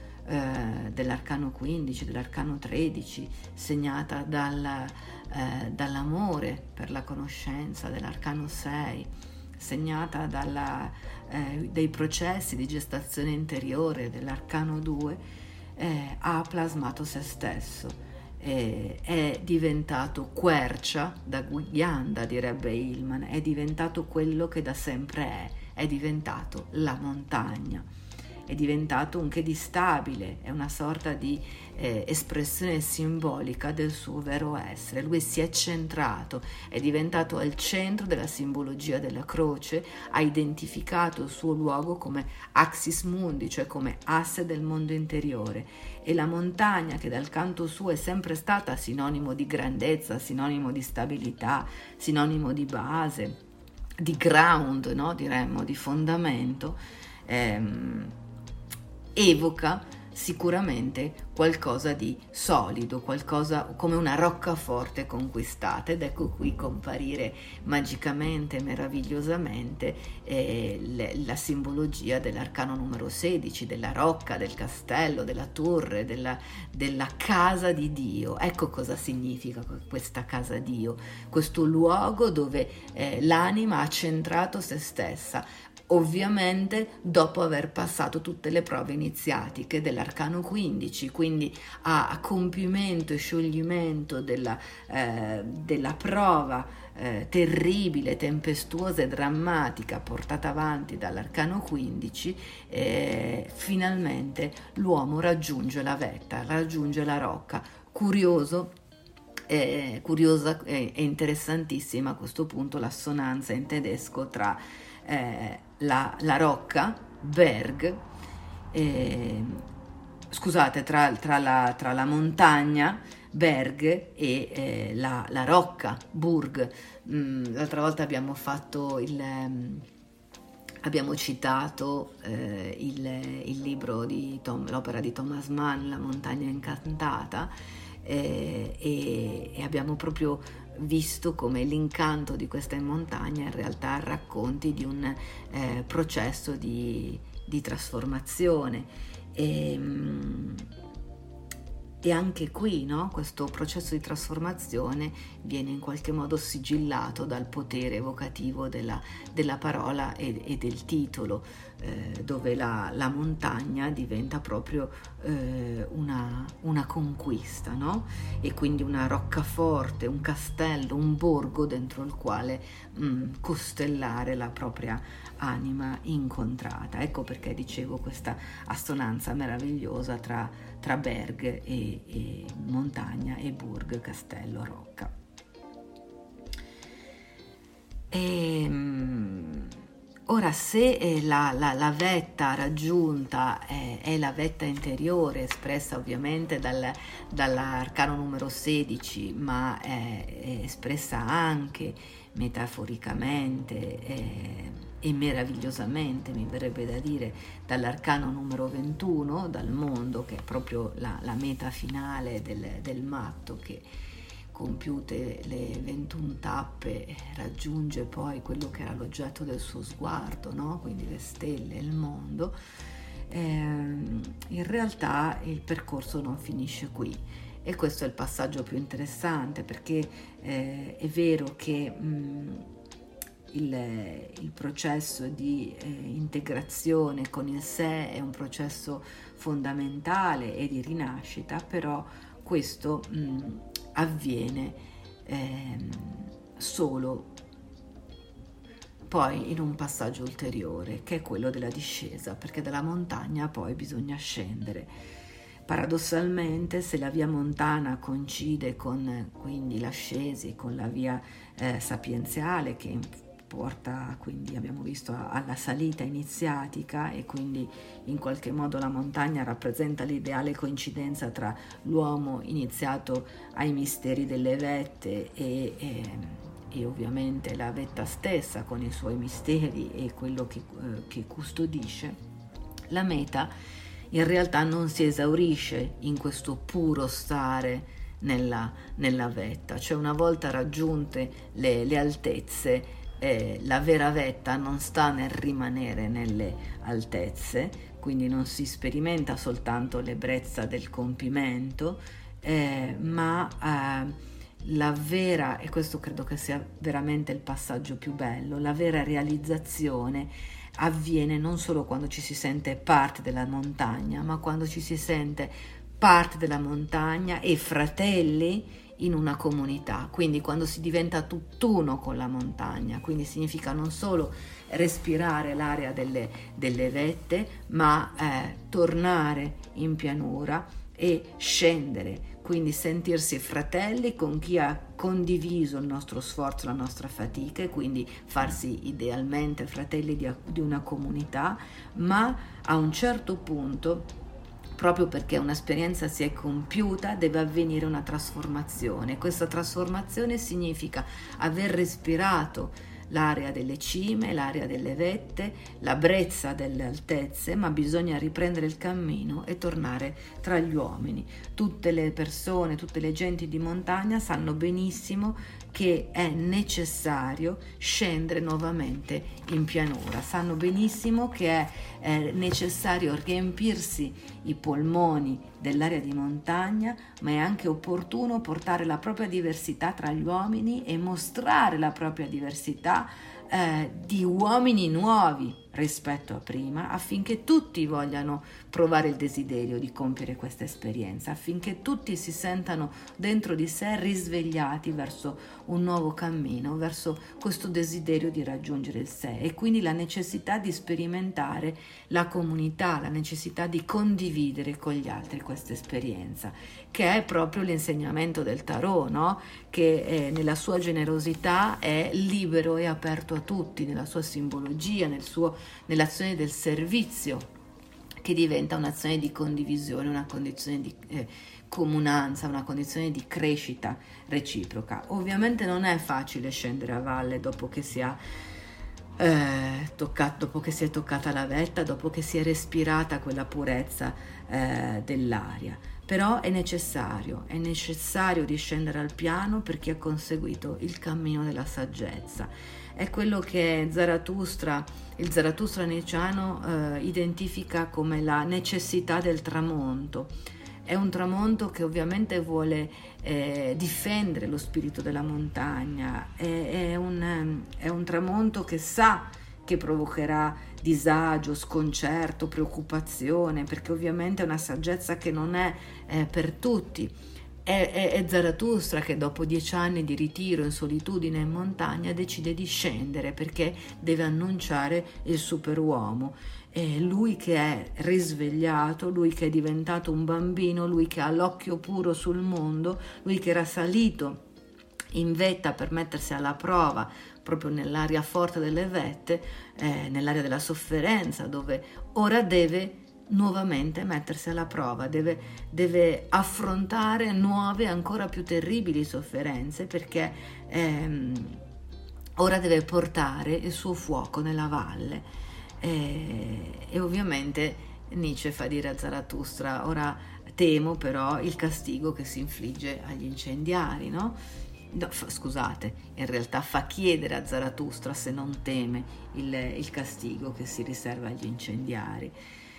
eh, dell'arcano quindici, dell'arcano tredici, segnata dal, eh, dall'amore per la conoscenza dell'arcano sei, segnata dalla, eh, dei processi di gestazione interiore dell'arcano due, eh, ha plasmato se stesso, eh, è diventato quercia da guianda, direbbe Hillman, è diventato quello che da sempre è, è diventato la montagna, è diventato un che di stabile, è una sorta di eh, espressione simbolica del suo vero essere. Lui si è centrato, è diventato al centro della simbologia della croce, ha identificato il suo luogo come axis mundi, cioè come asse del mondo interiore, e la montagna, che dal canto suo è sempre stata sinonimo di grandezza, sinonimo di stabilità, sinonimo di base, di ground, no? Diremmo di fondamento, ehm, evoca sicuramente qualcosa di solido, qualcosa come una roccaforte conquistata, ed ecco qui comparire magicamente, meravigliosamente eh, le, la simbologia dell'arcano numero sedici, della rocca, del castello, della torre, della, della casa di Dio. Ecco cosa significa questa casa Dio, questo luogo dove eh, l'anima ha centrato se stessa, ovviamente dopo aver passato tutte le prove iniziatiche dell'arcano quindici, quindi a, a compimento e scioglimento della, eh, della prova eh, terribile, tempestuosa e drammatica portata avanti dall'arcano quindici, eh, finalmente l'uomo raggiunge la vetta, raggiunge la rocca. Curioso eh, curiosa e eh, interessantissima a questo punto l'assonanza in tedesco tra eh, la, la rocca, Berg, eh, scusate, tra, tra, la, tra la montagna, Berg, e eh, la, la rocca, Burg. Mm, l'altra volta abbiamo fatto il... Um, abbiamo citato eh, il, il libro di Tom, l'opera di Thomas Mann, La montagna incantata, eh, e, e abbiamo proprio visto come l'incanto di questa montagna in realtà racconti di un eh, processo di, di trasformazione, e, e anche qui, no, questo processo di trasformazione viene in qualche modo sigillato dal potere evocativo della, della parola e, e del titolo, eh, dove la, la montagna diventa proprio eh, una, una conquista, no? E quindi una roccaforte, un castello, un borgo dentro il quale mh, costellare la propria anima incontrata. Ecco perché dicevo questa assonanza meravigliosa tra, tra Berg e, e montagna e Burg, castello, rocca. E, ora, se la, la, la vetta raggiunta è, è la vetta interiore, espressa ovviamente dal, dall'arcano numero sedici, ma è, è espressa anche metaforicamente è, e meravigliosamente, mi verrebbe da dire, dall'arcano numero ventuno, dal mondo, che è proprio la, la meta finale del, del matto, che compiute le ventuno tappe raggiunge poi quello che era l'oggetto del suo sguardo, no? Quindi le stelle, il mondo. Eh, in realtà il percorso non finisce qui, e questo è il passaggio più interessante, perché eh, è vero che mh, il, il processo di eh, integrazione con il sé è un processo fondamentale e di rinascita, però questo mh, avviene eh, solo poi in un passaggio ulteriore, che è quello della discesa, perché dalla montagna poi bisogna scendere. Paradossalmente, se la via montana coincide con quindi l'ascesi, con la via eh, sapienziale, che porta, quindi abbiamo visto, alla salita iniziatica, e quindi in qualche modo la montagna rappresenta l'ideale coincidenza tra l'uomo iniziato ai misteri delle vette e, e, e ovviamente la vetta stessa con i suoi misteri e quello che, eh, che custodisce. La meta in realtà non si esaurisce in questo puro stare nella, nella vetta, cioè una volta raggiunte le, le altezze, eh, la vera vetta non sta nel rimanere nelle altezze, quindi non si sperimenta soltanto l'ebbrezza del compimento, eh, ma eh, la vera, e questo credo che sia veramente il passaggio più bello, la vera realizzazione avviene non solo quando ci si sente parte della montagna, ma quando ci si sente parte della montagna e fratelli in una comunità, quindi quando si diventa tutt'uno con la montagna, quindi significa non solo respirare l'aria delle, delle vette, ma eh, tornare in pianura e scendere, quindi sentirsi fratelli con chi ha condiviso il nostro sforzo, la nostra fatica, e quindi farsi idealmente fratelli di, di una comunità, ma a un certo punto, proprio perché un'esperienza si è compiuta, deve avvenire una trasformazione. Questa trasformazione significa aver respirato l'area delle cime, l'area delle vette, la brezza delle altezze, ma bisogna riprendere il cammino e tornare tra gli uomini. Tutte le persone, tutte le genti di montagna sanno benissimo che è necessario scendere nuovamente in pianura, sanno benissimo che è eh, necessario riempirsi i polmoni dell'area di montagna, ma è anche opportuno portare la propria diversità tra gli uomini e mostrare la propria diversità eh, di uomini nuovi rispetto a prima, affinché tutti vogliano provare il desiderio di compiere questa esperienza, affinché tutti si sentano dentro di sé risvegliati verso un nuovo cammino, verso questo desiderio di raggiungere il sé, e quindi la necessità di sperimentare la comunità, la necessità di condividere con gli altri questa esperienza, che è proprio l'insegnamento del tarot, no? Che eh, nella sua generosità è libero e aperto a tutti, nella sua simbologia, nel suo nell'azione del servizio, che diventa un'azione di condivisione, una condizione di eh, comunanza, una condizione di crescita reciproca. Ovviamente non è facile scendere a valle dopo che si ha eh, toccato, dopo che si è toccata la vetta, dopo che si è respirata quella purezza eh, dell'aria. Però è necessario, è necessario discendere al piano per chi ha conseguito il cammino della saggezza. È quello che Zarathustra, il Zarathustra niceno eh, identifica come la necessità del tramonto. È un tramonto che ovviamente vuole eh, difendere lo spirito della montagna, è, è, un, è un tramonto che sa che provocherà disagio, sconcerto, preoccupazione, perché ovviamente è una saggezza che non è eh, per tutti. È, è, è Zarathustra che dopo dieci anni di ritiro in solitudine in montagna decide di scendere perché deve annunciare il superuomo. È lui che è risvegliato, lui che è diventato un bambino, lui che ha l'occhio puro sul mondo, lui che era salito in vetta per mettersi alla prova proprio nell'aria forte delle vette, eh, nell'area della sofferenza, dove ora deve nuovamente mettersi alla prova, deve, deve affrontare nuove ancora più terribili sofferenze, perché ehm, ora deve portare il suo fuoco nella valle. E, e ovviamente Nietzsche fa dire a Zarathustra: ora temo però il castigo che si infligge agli incendiari, no? No, f- scusate, in realtà fa chiedere a Zarathustra se non teme il, il castigo che si riserva agli incendiari.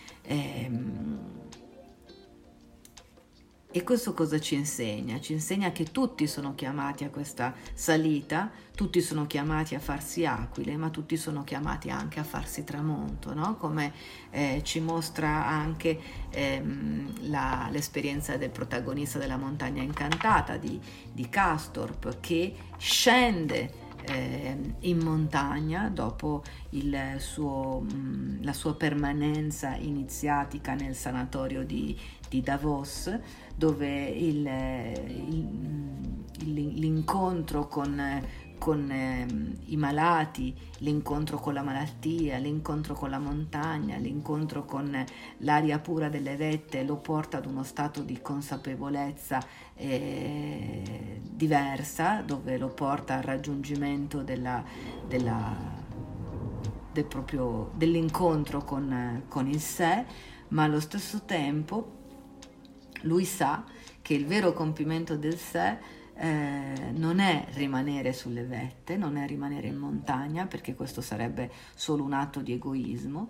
E questo cosa ci insegna? Ci insegna che tutti sono chiamati a questa salita, tutti sono chiamati a farsi aquile, ma tutti sono chiamati anche a farsi tramonto, no? Come eh, ci mostra anche ehm, la, l'esperienza del protagonista della Montagna Incantata di, di Castorp, che scende Eh, in montagna dopo il suo, mh, la sua permanenza iniziatica nel sanatorio di, di Davos, dove il, il, il, l'incontro con, con eh, i malati, l'incontro con la malattia, l'incontro con la montagna, l'incontro con l'aria pura delle vette lo porta ad uno stato di consapevolezza eh, diversa, dove lo porta al raggiungimento della, della, del proprio, dell'incontro con, con il sé, ma allo stesso tempo lui sa che il vero compimento del sé eh, non è rimanere sulle vette, non è rimanere in montagna, perché questo sarebbe solo un atto di egoismo,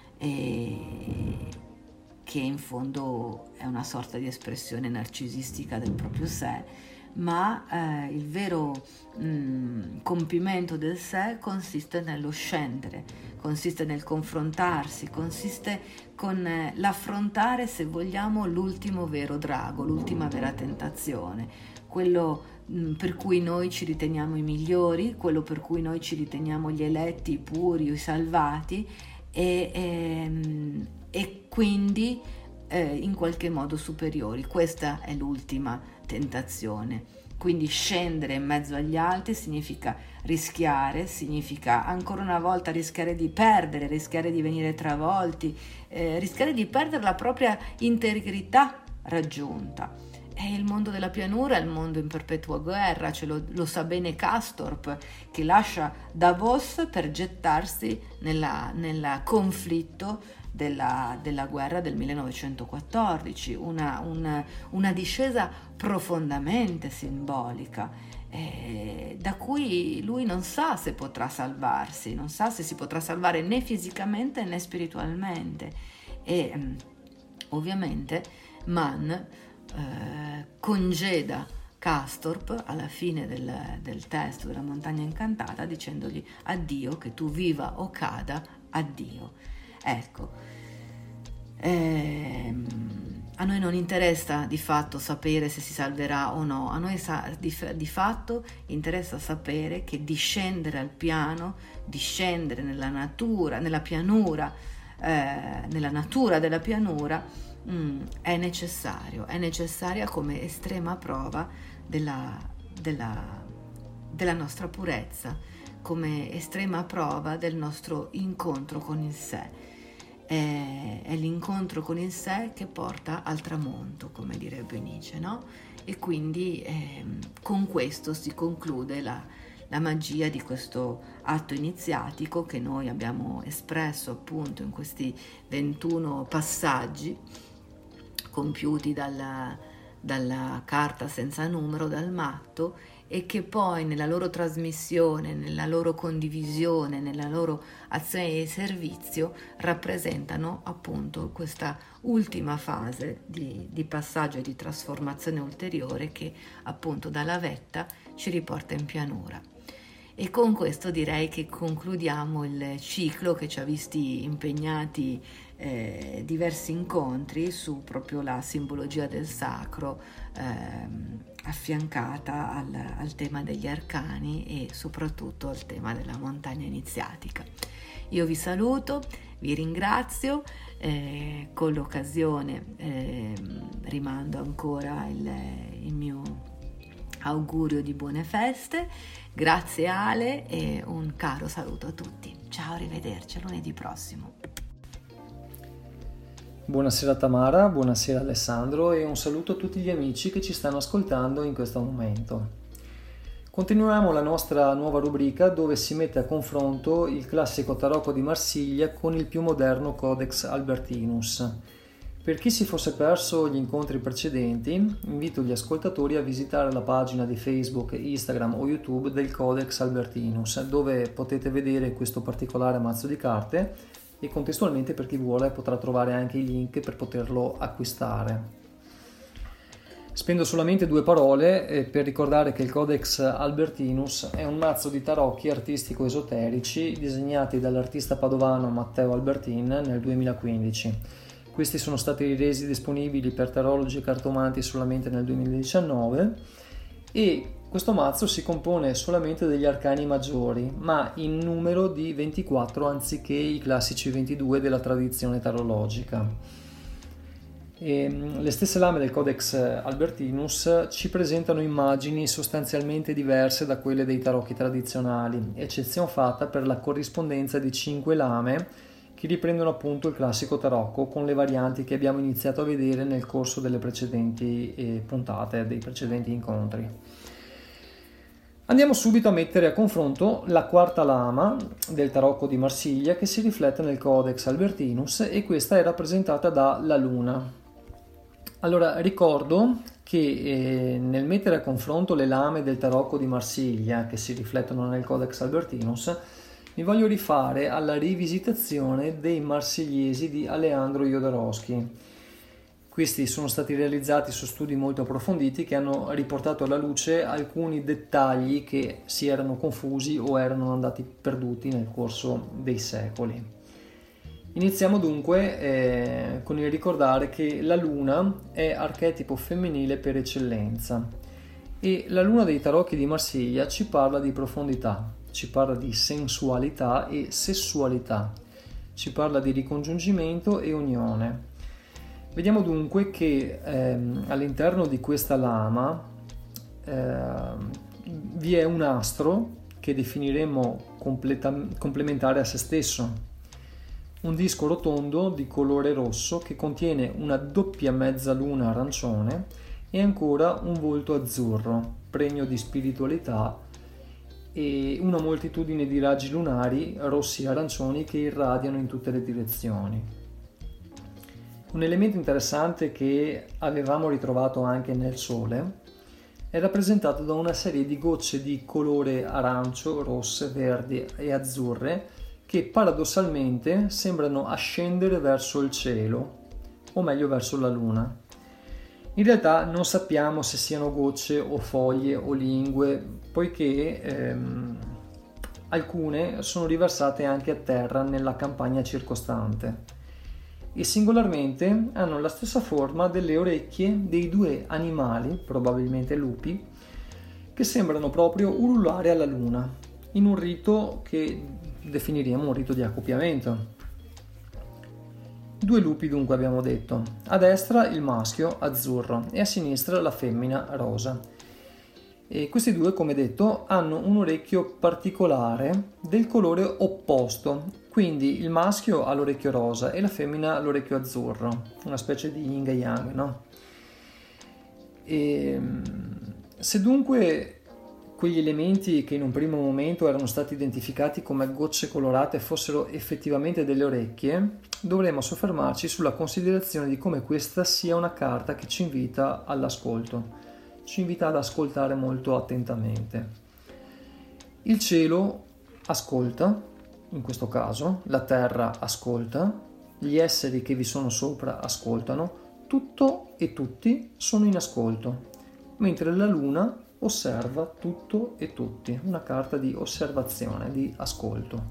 e che in fondo è una sorta di espressione narcisistica del proprio sé, ma eh, il vero mh, compimento del sé consiste nello scendere, consiste nel confrontarsi, consiste con eh, l'affrontare, se vogliamo, l'ultimo vero drago, l'ultima vera tentazione, quello mh, per cui noi ci riteniamo i migliori, quello per cui noi ci riteniamo gli eletti, i puri, i salvati, e, e, e quindi eh, in qualche modo superiori. Questa è l'ultima tentazione. Quindi scendere in mezzo agli altri significa rischiare, significa ancora una volta rischiare di perdere, rischiare di venire travolti, eh, rischiare di perdere la propria integrità raggiunta. E il mondo della pianura è il mondo in perpetua guerra, ce lo, lo sa bene Castorp, che lascia Davos per gettarsi nella, nel conflitto della, della guerra del millenovecentoquattordici, una, una, una discesa profondamente simbolica, eh, da cui lui non sa se potrà salvarsi, non sa se si potrà salvare né fisicamente né spiritualmente. E ovviamente Mann Eh, congeda Castorp alla fine del, del testo della Montagna Incantata, dicendogli: addio, che tu viva o cada, addio. Ecco, ehm, a noi non interessa di fatto sapere se si salverà o no, a noi sa, di, di fatto interessa sapere che discendere al piano, discendere nella natura, nella pianura, eh, nella natura della pianura, Mm, è necessario, è necessaria come estrema prova della, della, della nostra purezza, come estrema prova del nostro incontro con il sé. È, è l'incontro con il sé che porta al tramonto, come direbbe Nietzsche, no? E quindi eh, con questo si conclude la, la magia di questo atto iniziatico che noi abbiamo espresso appunto in questi ventuno passaggi compiuti dalla, dalla carta senza numero, dal matto, e che poi nella loro trasmissione, nella loro condivisione, nella loro azione di servizio rappresentano appunto questa ultima fase di, di passaggio e di trasformazione ulteriore che appunto dalla vetta ci riporta in pianura. E con questo direi che concludiamo il ciclo che ci ha visti impegnati eh, diversi incontri su proprio la simbologia del sacro, ehm, affiancata al, al tema degli arcani e soprattutto al tema della montagna iniziatica. Io vi saluto, vi ringrazio, eh, con l'occasione eh, rimando ancora il, il mio augurio di buone feste. Grazie Ale e un caro saluto a tutti. Ciao, arrivederci, a lunedì prossimo. Buonasera Tamara, buonasera Alessandro e un saluto a tutti gli amici che ci stanno ascoltando in questo momento. Continuiamo la nostra nuova rubrica dove si mette a confronto il classico tarocco di Marsiglia con il più moderno Codex Albertinus. Per chi si fosse perso gli incontri precedenti, invito gli ascoltatori a visitare la pagina di Facebook, Instagram o YouTube del Codex Albertinus, dove potete vedere questo particolare mazzo di carte e contestualmente, per chi vuole, potrà trovare anche i link per poterlo acquistare. Spendo solamente due parole per ricordare che il Codex Albertinus è un mazzo di tarocchi artistico-esoterici disegnati dall'artista padovano Matteo Albertin nel duemilaquindici. Questi sono stati resi disponibili per tarologi e cartomanti solamente nel duemiladiciannove e questo mazzo si compone solamente degli arcani maggiori, ma in numero di ventiquattro anziché i classici ventidue della tradizione tarologica. E le stesse lame del Codex Albertinus ci presentano immagini sostanzialmente diverse da quelle dei tarocchi tradizionali, eccezion fatta per la corrispondenza di cinque lame che riprendono appunto il classico tarocco con le varianti che abbiamo iniziato a vedere nel corso delle precedenti eh, puntate, dei precedenti incontri. Andiamo subito a mettere a confronto la quarta lama del tarocco di Marsiglia che si riflette nel Codex Albertinus, e questa è rappresentata dalla Luna. Allora, ricordo che eh, nel mettere a confronto le lame del tarocco di Marsiglia che si riflettono nel Codex Albertinus, mi voglio rifare alla rivisitazione dei marsigliesi di Aleandro Jodorowsky. Questi sono stati realizzati su studi molto approfonditi che hanno riportato alla luce alcuni dettagli che si erano confusi o erano andati perduti nel corso dei secoli. Iniziamo dunque eh, con il ricordare che la Luna è archetipo femminile per eccellenza, e la Luna dei tarocchi di Marsiglia ci parla di profondità, ci parla di sensualità e sessualità, ci parla di ricongiungimento e unione. Vediamo dunque che ehm, all'interno di questa lama ehm, vi è un astro che definiremo completa- complementare a se stesso, un disco rotondo di colore rosso che contiene una doppia mezzaluna arancione e ancora un volto azzurro, pregno di spiritualità, e una moltitudine di raggi lunari rossi e arancioni che irradiano in tutte le direzioni. Un elemento interessante che avevamo ritrovato anche nel Sole è rappresentato da una serie di gocce di colore arancio, rosse, verdi e azzurre che paradossalmente sembrano ascendere verso il cielo, o meglio verso la Luna. In realtà non sappiamo se siano gocce o foglie o lingue, poiché ehm, alcune sono riversate anche a terra nella campagna circostante, e singolarmente hanno la stessa forma delle orecchie dei due animali, probabilmente lupi, che sembrano proprio ululare alla luna, in un rito che definiremo un rito di accoppiamento. Due lupi dunque abbiamo detto, a destra il maschio azzurro e a sinistra la femmina rosa. E questi due, come detto, hanno un orecchio particolare del colore opposto, quindi il maschio ha l'orecchio rosa e la femmina l'orecchio azzurro, una specie di yin e yang, no? E se dunque quegli elementi che in un primo momento erano stati identificati come gocce colorate fossero effettivamente delle orecchie, dovremo soffermarci sulla considerazione di come questa sia una carta che ci invita all'ascolto. Ci invita ad ascoltare molto attentamente. Il cielo ascolta, in questo caso, la terra ascolta, gli esseri che vi sono sopra ascoltano, tutto e tutti sono in ascolto, mentre la luna osserva tutto e tutti, una carta di osservazione, di ascolto.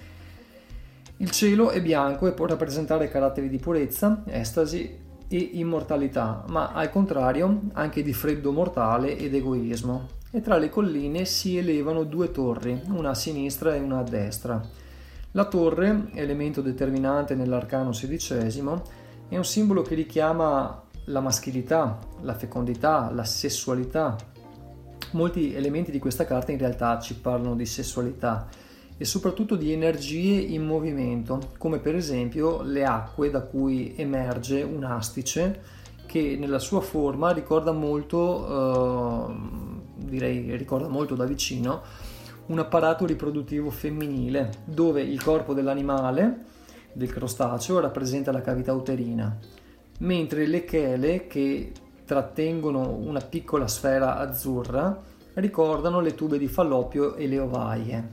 Il cielo è bianco e può rappresentare caratteri di purezza, estasi e immortalità, ma al contrario anche di freddo mortale ed egoismo. E tra le colline si elevano due torri, una a sinistra e una a destra. La torre, elemento determinante nell'arcano sedicesimo, è un simbolo che richiama la maschilità, la fecondità, la sessualità. Molti elementi di questa carta in realtà ci parlano di sessualità e soprattutto di energie in movimento, come per esempio le acque da cui emerge un astice che nella sua forma ricorda molto, eh, direi ricorda molto da vicino, un apparato riproduttivo femminile, dove il corpo dell'animale, del crostaceo, rappresenta la cavità uterina, mentre le chele che trattengono una piccola sfera azzurra ricordano le tube di Fallopio e le ovaie.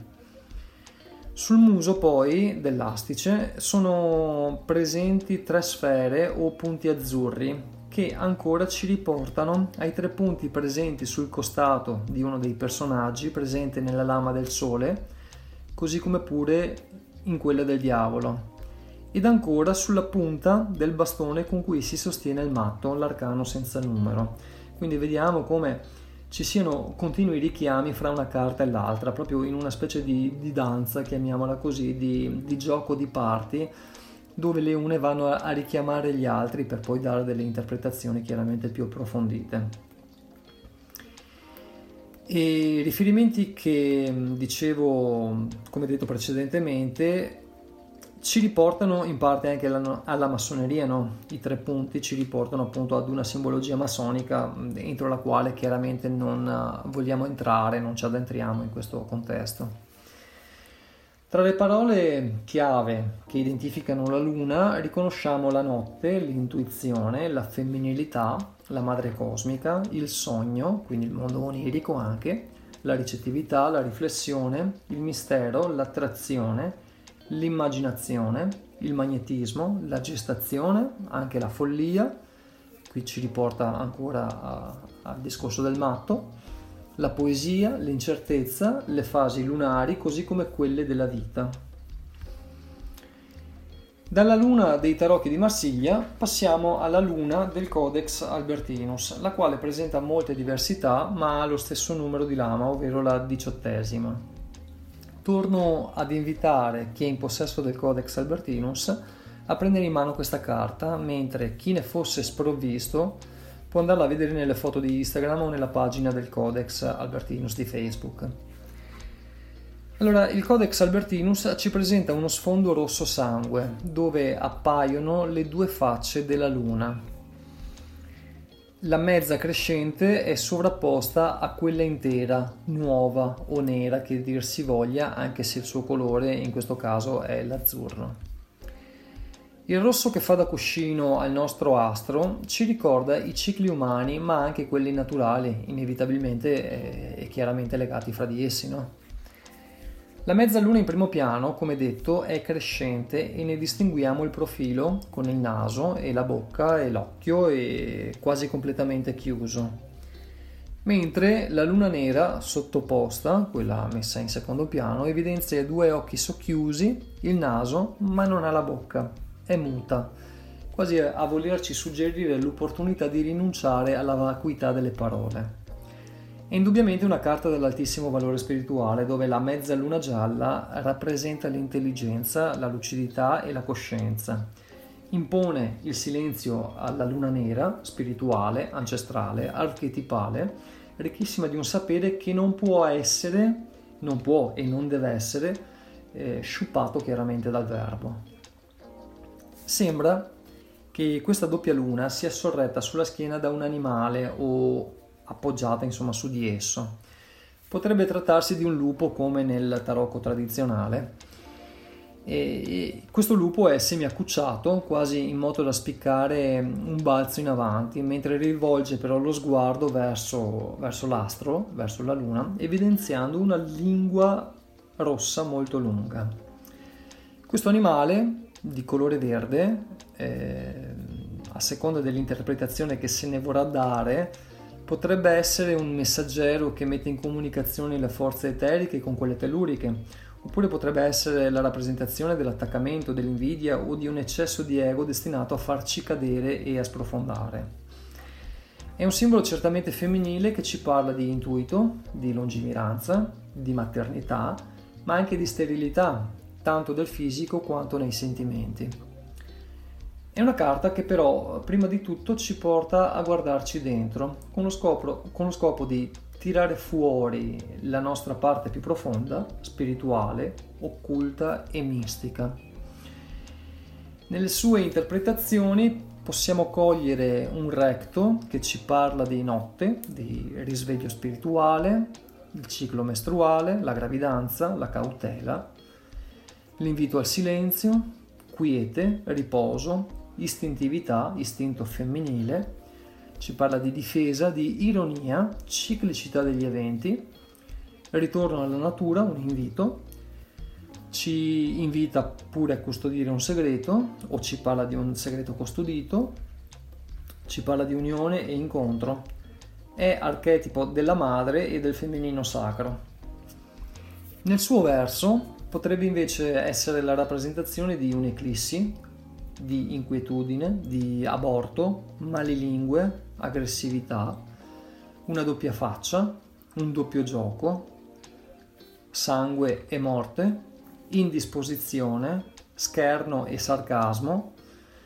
Sul muso poi dell'astice sono presenti tre sfere o punti azzurri che ancora ci riportano ai tre punti presenti sul costato di uno dei personaggi presente nella lama del sole, così come pure in quella del diavolo, ed ancora sulla punta del bastone con cui si sostiene il matto, l'arcano senza numero. Quindi vediamo come ci siano continui richiami fra una carta e l'altra, proprio in una specie di, di danza, chiamiamola così, di, di gioco di parti, dove le une vanno a, a richiamare gli altri per poi dare delle interpretazioni chiaramente più approfondite. E i riferimenti che dicevo, come detto precedentemente, ci riportano in parte anche alla, alla massoneria, no? I tre punti ci riportano appunto ad una simbologia massonica entro la quale chiaramente non vogliamo entrare, non ci addentriamo in questo contesto. Tra le parole chiave che identificano la luna riconosciamo la notte, l'intuizione, la femminilità, la madre cosmica, il sogno, quindi il mondo onirico anche, la ricettività, la riflessione, il mistero, l'attrazione, l'immaginazione, il magnetismo, la gestazione, anche la follia, qui ci riporta ancora a, al discorso del matto, la poesia, l'incertezza, le fasi lunari, così come quelle della vita. Dalla luna dei tarocchi di Marsiglia passiamo alla luna del Codex Albertinus, la quale presenta molte diversità ma ha lo stesso numero di lama, ovvero la diciottesima. Torno ad invitare chi è in possesso del Codex Albertinus a prendere in mano questa carta, mentre chi ne fosse sprovvisto può andarla a vedere nelle foto di Instagram o nella pagina del Codex Albertinus di Facebook. Allora, il Codex Albertinus ci presenta uno sfondo rosso sangue, dove appaiono le due facce della luna. La mezza crescente è sovrapposta a quella intera, nuova o nera che dir si voglia, anche se il suo colore in questo caso è l'azzurro. Il rosso che fa da cuscino al nostro astro ci ricorda i cicli umani, ma anche quelli naturali, inevitabilmente e chiaramente legati fra di essi, no? La mezzaluna in primo piano, come detto, è crescente e ne distinguiamo il profilo con il naso e la bocca e l'occhio e quasi completamente chiuso. Mentre la luna nera sottoposta, quella messa in secondo piano, evidenzia due occhi socchiusi, il naso, ma non ha la bocca, è muta, quasi a volerci suggerire l'opportunità di rinunciare alla vacuità delle parole. È indubbiamente una carta dall'altissimo valore spirituale, dove la mezza luna gialla rappresenta l'intelligenza, la lucidità e la coscienza. Impone il silenzio alla luna nera, spirituale, ancestrale, archetipale, ricchissima di un sapere che non può essere, non può e non deve essere eh, sciupato chiaramente dal verbo. Sembra che questa doppia luna sia sorretta sulla schiena da un animale o appoggiata insomma su di esso. Potrebbe trattarsi di un lupo come nel tarocco tradizionale. E questo lupo è semiaccucciato, quasi in modo da spiccare un balzo in avanti, mentre rivolge però lo sguardo verso, verso l'astro, verso la luna, evidenziando una lingua rossa molto lunga. Questo animale di colore verde, eh, a seconda dell'interpretazione che se ne vorrà dare, potrebbe essere un messaggero che mette in comunicazione le forze eteriche con quelle telluriche, oppure potrebbe essere la rappresentazione dell'attaccamento, dell'invidia o di un eccesso di ego destinato a farci cadere e a sprofondare. È un simbolo certamente femminile che ci parla di intuito, di lungimiranza, di maternità, ma anche di sterilità, tanto del fisico quanto nei sentimenti. È una carta che però prima di tutto ci porta a guardarci dentro, con lo scopo, con lo scopo di tirare fuori la nostra parte più profonda, spirituale, occulta e mistica. Nelle sue interpretazioni possiamo cogliere un recto che ci parla di notte, di risveglio spirituale, il ciclo mestruale, la gravidanza, la cautela, l'invito al silenzio, quiete, riposo, istintività, istinto femminile, ci parla di difesa, di ironia, ciclicità degli eventi, ritorno alla natura, un invito, ci invita pure a custodire un segreto o ci parla di un segreto custodito, ci parla di unione e incontro, è archetipo della madre e del femminino sacro. Nel suo verso potrebbe invece essere la rappresentazione di un'eclissi, di inquietudine, di aborto, malilingue, aggressività, una doppia faccia, un doppio gioco, sangue e morte, indisposizione, scherno e sarcasmo,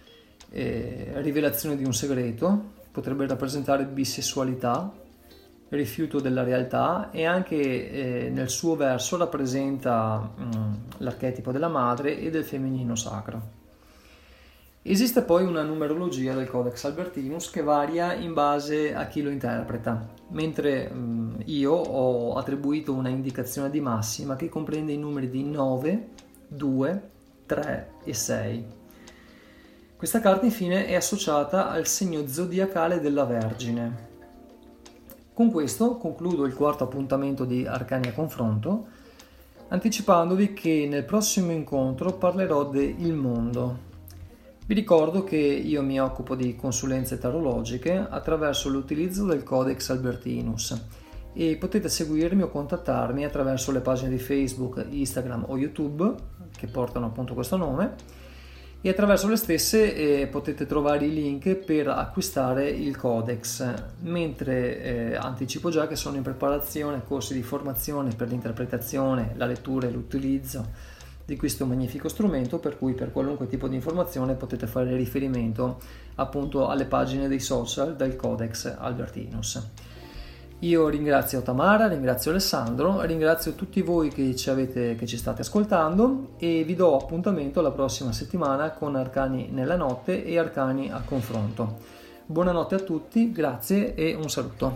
eh, rivelazione di un segreto, potrebbe rappresentare bisessualità, rifiuto della realtà, e anche eh, nel suo verso rappresenta mh, l'archetipo della madre e del femminino sacro. Esiste poi una numerologia del Codex Albertinus che varia in base a chi lo interpreta, mentre mh, io ho attribuito una indicazione di massima che comprende i numeri di nove, due, tre e sei. Questa carta infine è associata al segno zodiacale della Vergine. Con questo concludo il quarto appuntamento di Arcani a Confronto, anticipandovi che nel prossimo incontro parlerò del mondo. Vi ricordo che io mi occupo di consulenze tarologiche attraverso l'utilizzo del Codex Albertinus e potete seguirmi o contattarmi attraverso le pagine di Facebook, Instagram o YouTube che portano appunto questo nome, e attraverso le stesse eh, potete trovare i link per acquistare il Codex, mentre eh, anticipo già che sono in preparazione corsi di formazione per l'interpretazione, la lettura e l'utilizzo di questo magnifico strumento, per cui per qualunque tipo di informazione potete fare riferimento appunto alle pagine dei social del Codex Albertinus. Io ringrazio Tamara, ringrazio Alessandro, ringrazio tutti voi che ci avete, che ci state ascoltando, e vi do appuntamento la prossima settimana con Arcani nella notte e Arcani a Confronto. Buonanotte a tutti, grazie e un saluto.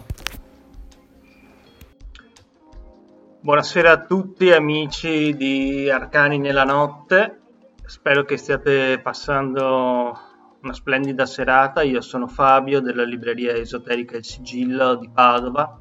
Buonasera a tutti amici di Arcani nella notte, spero che stiate passando una splendida serata. Io sono Fabio della libreria esoterica Il Sigillo di Padova.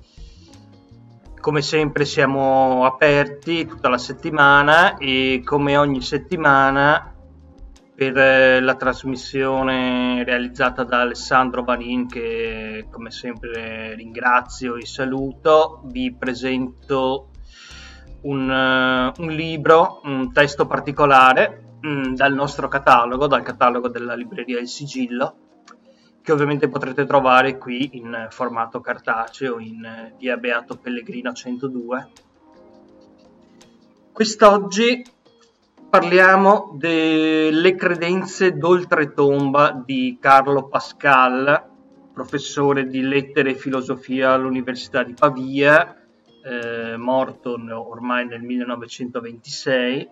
Come sempre siamo aperti tutta la settimana, e come ogni settimana per la trasmissione realizzata da Alessandro Vanin, che come sempre ringrazio e saluto, vi presento un, uh, un libro, un testo particolare mh, dal nostro catalogo, dal catalogo della libreria Il Sigillo, che ovviamente potrete trovare qui in formato cartaceo in via Beato Pellegrino centodue. Quest'oggi parliamo delle credenze d'oltretomba di Carlo Pascal, professore di lettere e filosofia all'Università di Pavia, eh, morto ormai nel millenovecentoventisei,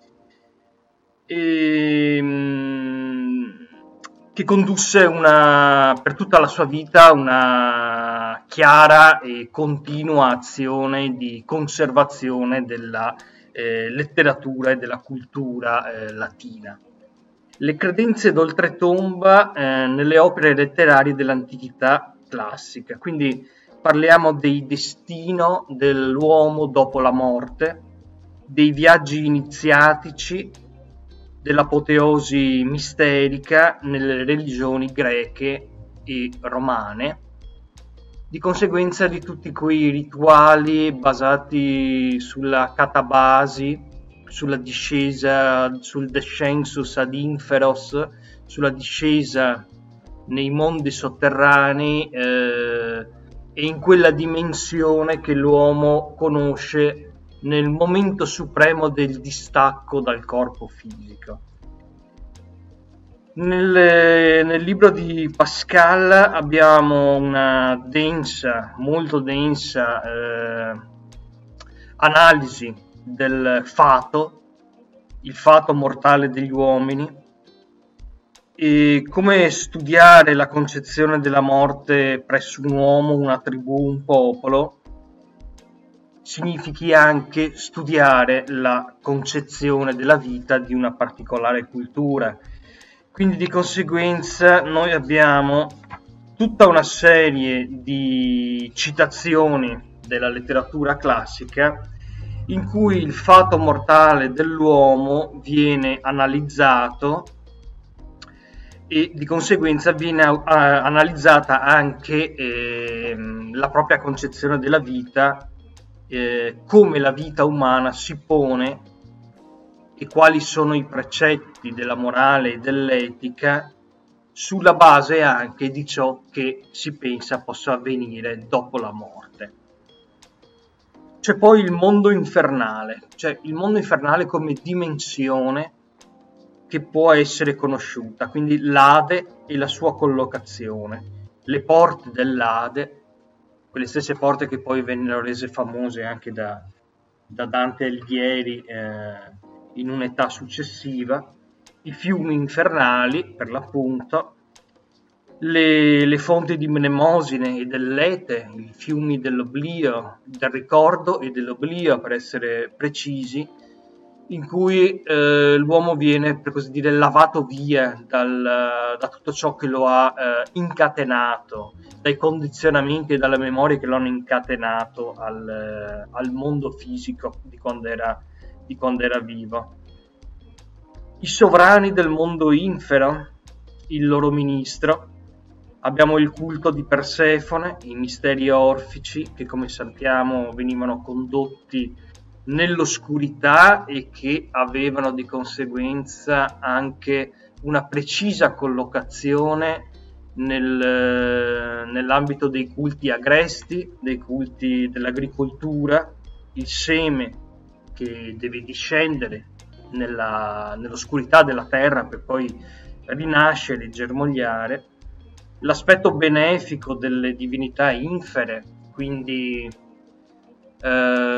e, che condusse una, per tutta la sua vita una chiara e continua azione di conservazione della Eh, letteratura e della cultura eh, latina. Le credenze d'oltretomba eh, nelle opere letterarie dell'antichità classica, quindi parliamo del destino dell'uomo dopo la morte, dei viaggi iniziatici, dell'apoteosi misterica nelle religioni greche e romane, di conseguenza di tutti quei rituali basati sulla catabasi, sulla discesa, sul descensus ad inferos, sulla discesa nei mondi sotterranei eh, e in quella dimensione che l'uomo conosce nel momento supremo del distacco dal corpo fisico. Nel, nel libro di Pascal abbiamo una densa, molto densa eh, analisi del fato, il fato mortale degli uomini, e come studiare la concezione della morte presso un uomo, una tribù, un popolo, significhi anche studiare la concezione della vita di una particolare cultura. Quindi di conseguenza noi abbiamo tutta una serie di citazioni della letteratura classica in cui il fato mortale dell'uomo viene analizzato, e di conseguenza viene uh, analizzata anche eh, la propria concezione della vita, eh, come la vita umana si pone e quali sono i precetti della morale e dell'etica sulla base anche di ciò che si pensa possa avvenire dopo la morte. C'è poi il mondo infernale, cioè il mondo infernale come dimensione che può essere conosciuta, quindi l'Ade e la sua collocazione, le porte dell'Ade quelle stesse porte che poi vennero rese famose anche da, da Dante Alighieri eh, in un'età successiva, i fiumi infernali, per l'appunto, le, le fonti di Mnemosine e dell'Ete, i fiumi dell'oblio, del ricordo e dell'oblio, per essere precisi, in cui eh, l'uomo viene, per così dire, lavato via dal, da tutto ciò che lo ha eh, incatenato, dai condizionamenti e dalle memorie che lo hanno incatenato al, al mondo fisico di quando era, di quando era vivo. I sovrani del mondo infero, il loro ministro. Abbiamo il culto di Persefone, i misteri orfici che, come sappiamo, venivano condotti nell'oscurità e che avevano di conseguenza anche una precisa collocazione nel, nell'ambito dei culti agresti, dei culti dell'agricoltura, il seme che deve discendere nella, nell'oscurità della terra per poi rinascere e germogliare, l'aspetto benefico delle divinità infere, quindi eh,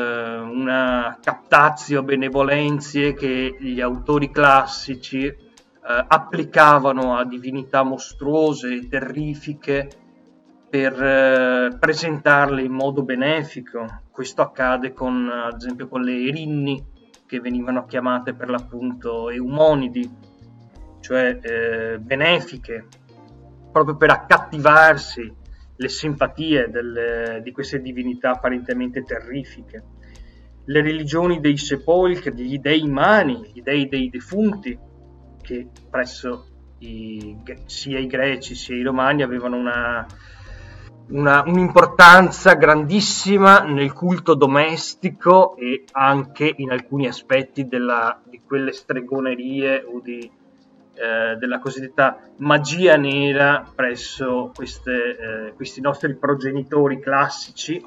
una captatio benevolenzie che gli autori classici eh, applicavano a divinità mostruose e terrifiche per eh, presentarle in modo benefico. Questo accade con, ad esempio, con le Erinni, che venivano chiamate per l'appunto Eumonidi, cioè eh, benefiche, proprio per accattivarsi le simpatie delle, di queste divinità apparentemente terrifiche. Le religioni dei sepolcri, gli dei umani, gli dei dei defunti, che presso i, sia i greci sia i romani avevano una, una, un'importanza grandissima nel culto domestico e anche in alcuni aspetti della, di quelle stregonerie o di Eh, della cosiddetta magia nera presso queste, eh, questi nostri progenitori classici,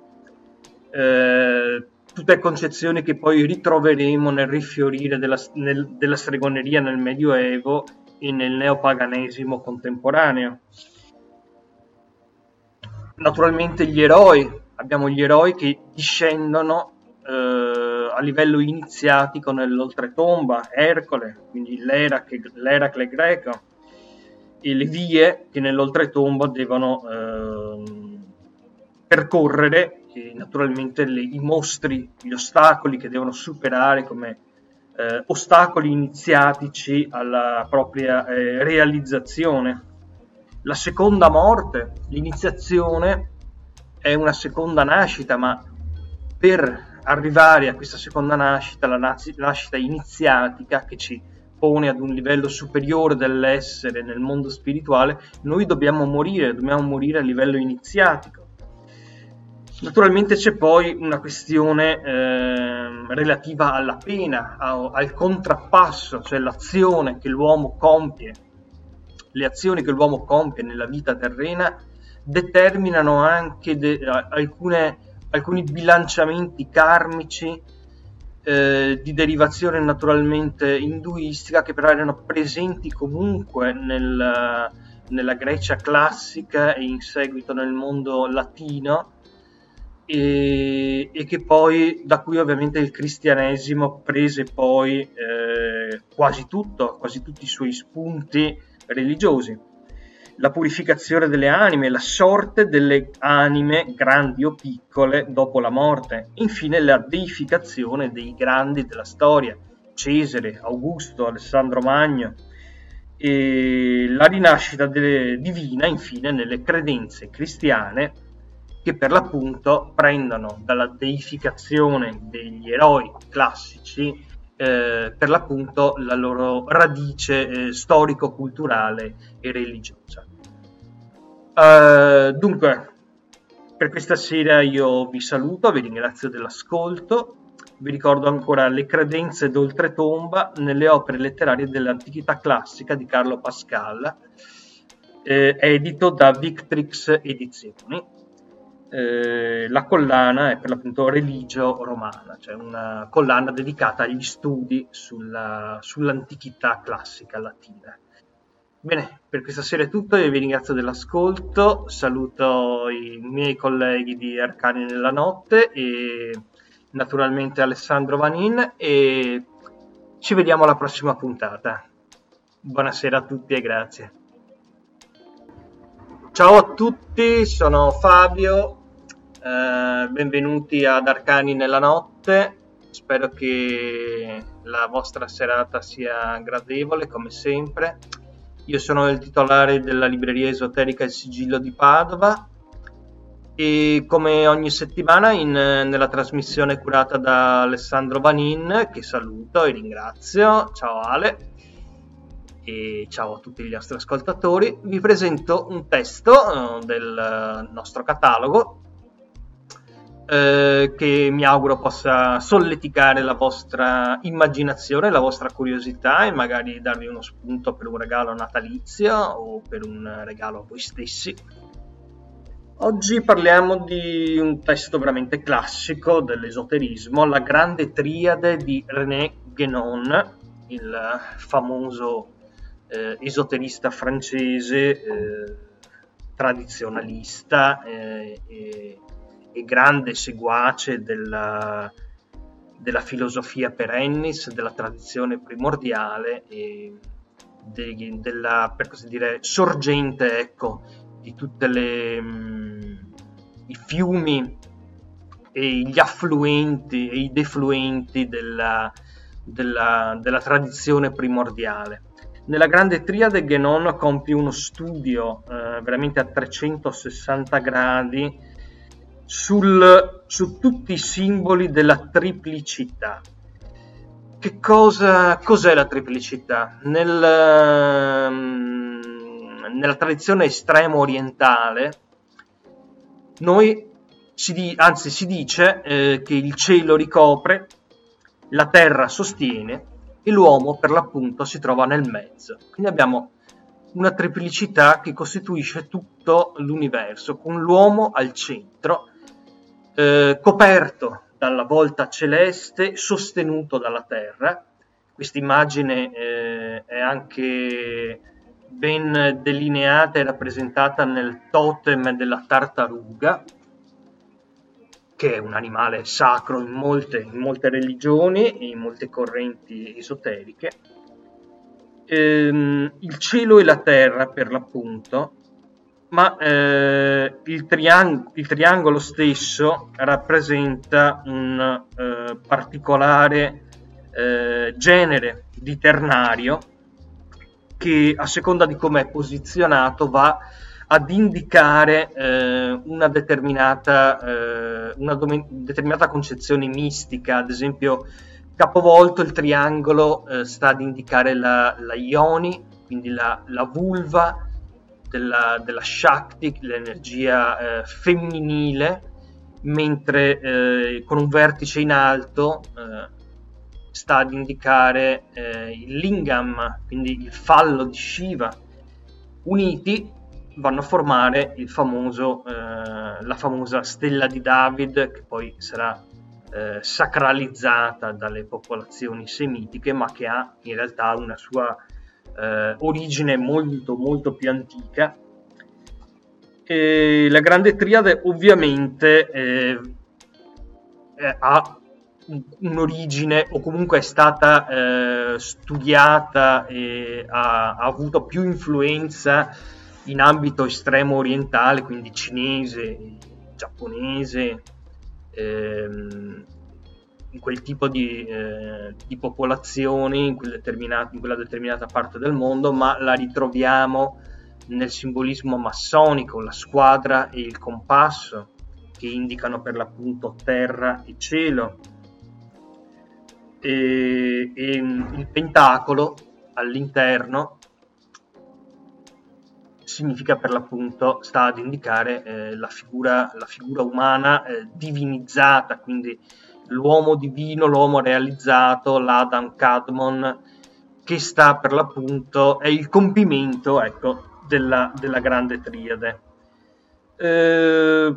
eh, tutte concezioni che poi ritroveremo nel rifiorire della, nel, della stregoneria nel Medioevo e nel neopaganesimo contemporaneo. Naturalmente gli eroi, abbiamo gli eroi che discendono eh, a livello iniziatico nell'oltretomba, Ercole, quindi l'Eracle, l'Eracle greco, e le vie che nell'oltretomba devono eh, percorrere, e naturalmente le, i mostri, gli ostacoli che devono superare come eh, ostacoli iniziatici alla propria eh, realizzazione. La seconda morte, l'iniziazione è una seconda nascita, ma per arrivare a questa seconda nascita, la nascita iniziatica che ci pone ad un livello superiore dell'essere nel mondo spirituale, noi dobbiamo morire, dobbiamo morire a livello iniziatico. Naturalmente c'è poi una questione eh, relativa alla pena, a, al contrappasso, cioè l'azione che l'uomo compie, le azioni che l'uomo compie nella vita terrena determinano anche de, alcune alcuni bilanciamenti karmici eh, di derivazione naturalmente induistica, che però erano presenti comunque nel, nella Grecia classica e in seguito nel mondo latino, e, e che poi da cui ovviamente il cristianesimo prese poi eh, quasi tutto, quasi tutti i suoi spunti religiosi. La purificazione delle anime, la sorte delle anime, grandi o piccole, dopo la morte. Infine la deificazione dei grandi della storia, Cesare, Augusto, Alessandro Magno, e la rinascita delle, divina, infine, nelle credenze cristiane, che per l'appunto prendono dalla deificazione degli eroi classici eh, per l'appunto la loro radice eh, storico-culturale e religiosa. Uh, dunque, per questa sera io vi saluto, vi ringrazio dell'ascolto, vi ricordo ancora Le credenze d'oltretomba nelle opere letterarie dell'antichità classica di Carlo Pascal, eh, edito da Victrix Edizioni. Eh, la collana è per l'appunto Religio Romana, cioè una collana dedicata agli studi sulla, sull'antichità classica latina. Bene, per questa sera è tutto, io vi ringrazio dell'ascolto, saluto i miei colleghi di Arcani nella Notte e naturalmente Alessandro Vanin e ci vediamo alla prossima puntata. Buonasera a tutti e grazie. Ciao a tutti, sono Fabio, eh, benvenuti ad Arcani nella Notte, spero che la vostra serata sia gradevole come sempre. Io sono il titolare della libreria esoterica Il Sigillo di Padova e come ogni settimana in, nella trasmissione curata da Alessandro Vanin, che saluto e ringrazio, ciao Ale e ciao a tutti gli nostri ascoltatori, vi presento un testo eh, del nostro catalogo eh, che mi auguro possa solleticare la vostra immaginazione, la vostra curiosità e magari darvi uno spunto per un regalo natalizio o per un regalo a voi stessi. Oggi parliamo di un testo veramente classico dell'esoterismo, La Grande Triade di René Guénon, il famoso eh, esoterista francese, eh, tradizionalista eh, e, e grande seguace della, della filosofia perennis, della tradizione primordiale e de, della, per così dire, sorgente, ecco, di tutte le mh, i fiumi e gli affluenti e i defluenti della, della, della tradizione primordiale. Nella Grande Triade Guénon compie uno studio eh, veramente a trecentosessanta gradi sul, su tutti i simboli della triplicità. Che cosa cos'è la triplicità? Nel, um, nella tradizione estremo orientale noi si di, anzi si dice eh, che il cielo ricopre, la terra sostiene e l'uomo per l'appunto si trova nel mezzo. Quindi abbiamo una triplicità che costituisce tutto l'universo, con l'uomo al centro, eh, coperto dalla volta celeste, sostenuto dalla terra. Questa immagine eh, è anche ben delineata e rappresentata nel totem della tartaruga, che è un animale sacro in molte, in molte religioni e in molte correnti esoteriche. Ehm, il cielo e la terra, per l'appunto, ma eh, il, triang- il triangolo stesso rappresenta un eh, particolare eh, genere di ternario che, a seconda di come è posizionato, va ad indicare eh, una determinata eh, una dom- determinata concezione mistica. Ad esempio, capovolto il triangolo eh, sta ad indicare la, la Ioni, quindi la, la vulva della, della Shakti, l'energia eh, femminile, mentre eh, con un vertice in alto eh, sta ad indicare eh, il Lingam, quindi il fallo di Shiva. Uniti vanno a formare il famoso, eh, la famosa stella di David, che poi sarà eh, sacralizzata dalle popolazioni semitiche, ma che ha in realtà una sua eh, origine molto molto più antica. E la Grande Triade ovviamente eh, eh, ha un'origine, o comunque è stata eh, studiata e ha, ha avuto più influenza in ambito estremo orientale, quindi cinese, giapponese, ehm, in quel tipo di, eh, di popolazioni, in, quel determinato, in quella determinata parte del mondo, ma la ritroviamo nel simbolismo massonico, la squadra e il compasso, che indicano per l'appunto terra e cielo, e, e il pentacolo all'interno significa per l'appunto, sta ad indicare eh, la, figura, la figura umana eh, divinizzata, quindi l'uomo divino, l'uomo realizzato, l'Adam Kadmon, che sta per l'appunto, è il compimento, ecco, della, della Grande Triade. Eh,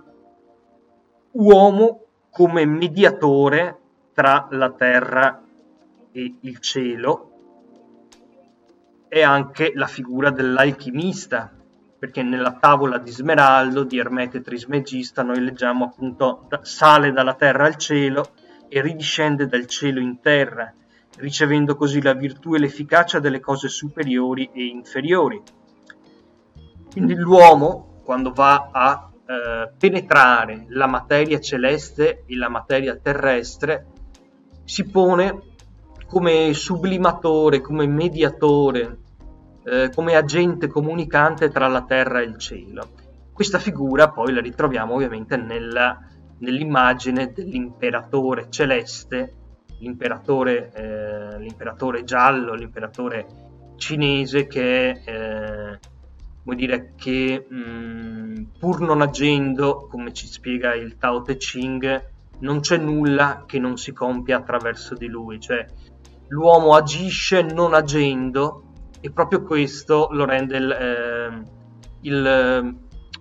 uomo come mediatore tra la terra e il cielo, è anche la figura dell'alchimista, perché nella tavola di Smeraldo di Ermete Trismegista noi leggiamo appunto sale dalla terra al cielo e ridiscende dal cielo in terra, ricevendo così la virtù e l'efficacia delle cose superiori e inferiori. Quindi l'uomo, quando va a eh, penetrare la materia celeste e la materia terrestre, si pone come sublimatore, come mediatore, eh, come agente comunicante tra la terra e il cielo. Questa figura poi la ritroviamo ovviamente nella, nell'immagine dell'imperatore celeste, l'imperatore, eh, l'imperatore giallo, l'imperatore cinese che, eh, vuol dire che mh, pur non agendo, come ci spiega il Tao Te Ching, non c'è nulla che non si compia attraverso di lui, cioè l'uomo agisce non agendo, e proprio questo lo rende il, eh, il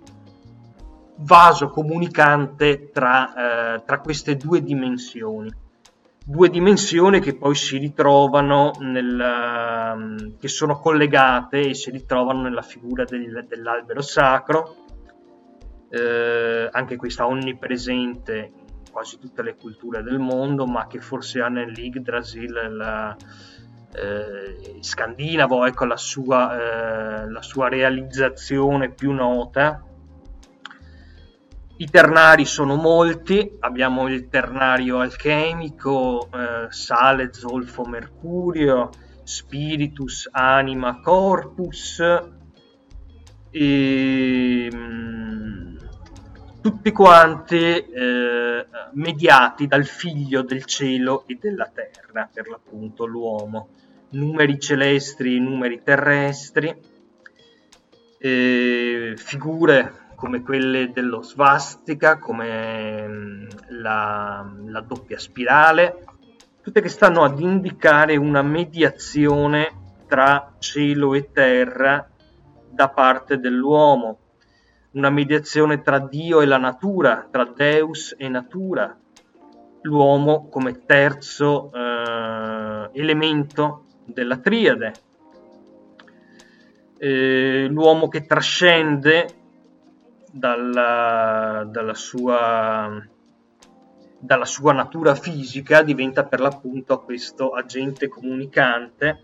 vaso comunicante tra, eh, tra queste due dimensioni. Due dimensioni che poi si ritrovano, nel, che sono collegate e si ritrovano nella figura del, dell'albero sacro, eh, anche questa onnipresente in quasi tutte le culture del mondo, ma che forse ha nell'Yggdrasil, la, eh, scandinavo, ecco la sua, eh, la sua realizzazione più nota. I ternari sono molti, abbiamo il ternario alchemico, eh, sale, zolfo, mercurio, spiritus, anima, corpus, e mh, tutti quanti eh, mediati dal figlio del cielo e della terra, per l'appunto l'uomo, numeri celesti, numeri terrestri, eh, figure come quelle dello svastica, come la, la doppia spirale, tutte che stanno ad indicare una mediazione tra cielo e terra da parte dell'uomo, una mediazione tra Dio e la natura, tra Deus e natura, l'uomo come terzo eh, elemento della triade, eh, l'uomo che trascende Dalla, dalla, sua, dalla sua natura fisica, diventa per l'appunto questo agente comunicante,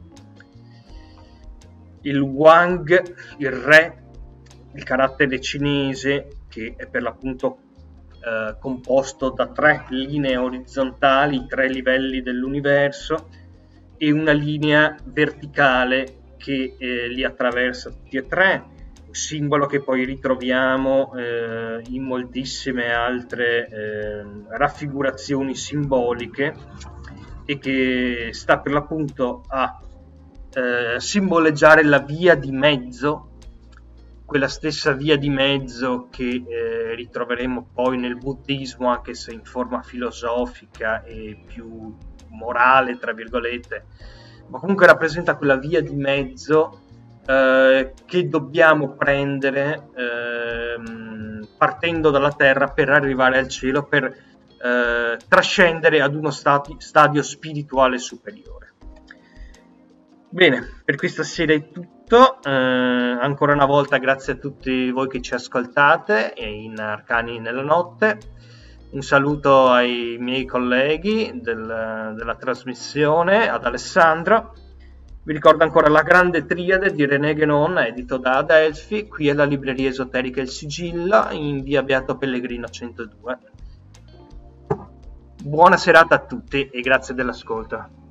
il Wang, il re, il carattere cinese, che è per l'appunto eh, composto da tre linee orizzontali, tre livelli dell'universo, e una linea verticale che eh, li attraversa tutti e tre, simbolo che poi ritroviamo eh, in moltissime altre eh, raffigurazioni simboliche, e che sta per l'appunto a eh, simboleggiare la via di mezzo, quella stessa via di mezzo che eh, ritroveremo poi nel buddismo, anche se in forma filosofica e più morale, tra virgolette, ma comunque rappresenta quella via di mezzo Eh, che dobbiamo prendere eh, partendo dalla terra per arrivare al cielo, per eh, trascendere ad uno stati, stadio spirituale superiore. Bene, per questa sera è tutto, eh, ancora una volta grazie a tutti voi che ci ascoltate in Arcani nella notte, un saluto ai miei colleghi del, della trasmissione, ad Alessandro. Vi ricordo ancora La Grande Triade di René Guénon, edito da Adelphi, qui è la libreria esoterica Il Sigillo, in via Beato Pellegrino centodue. Buona serata a tutti e grazie dell'ascolto.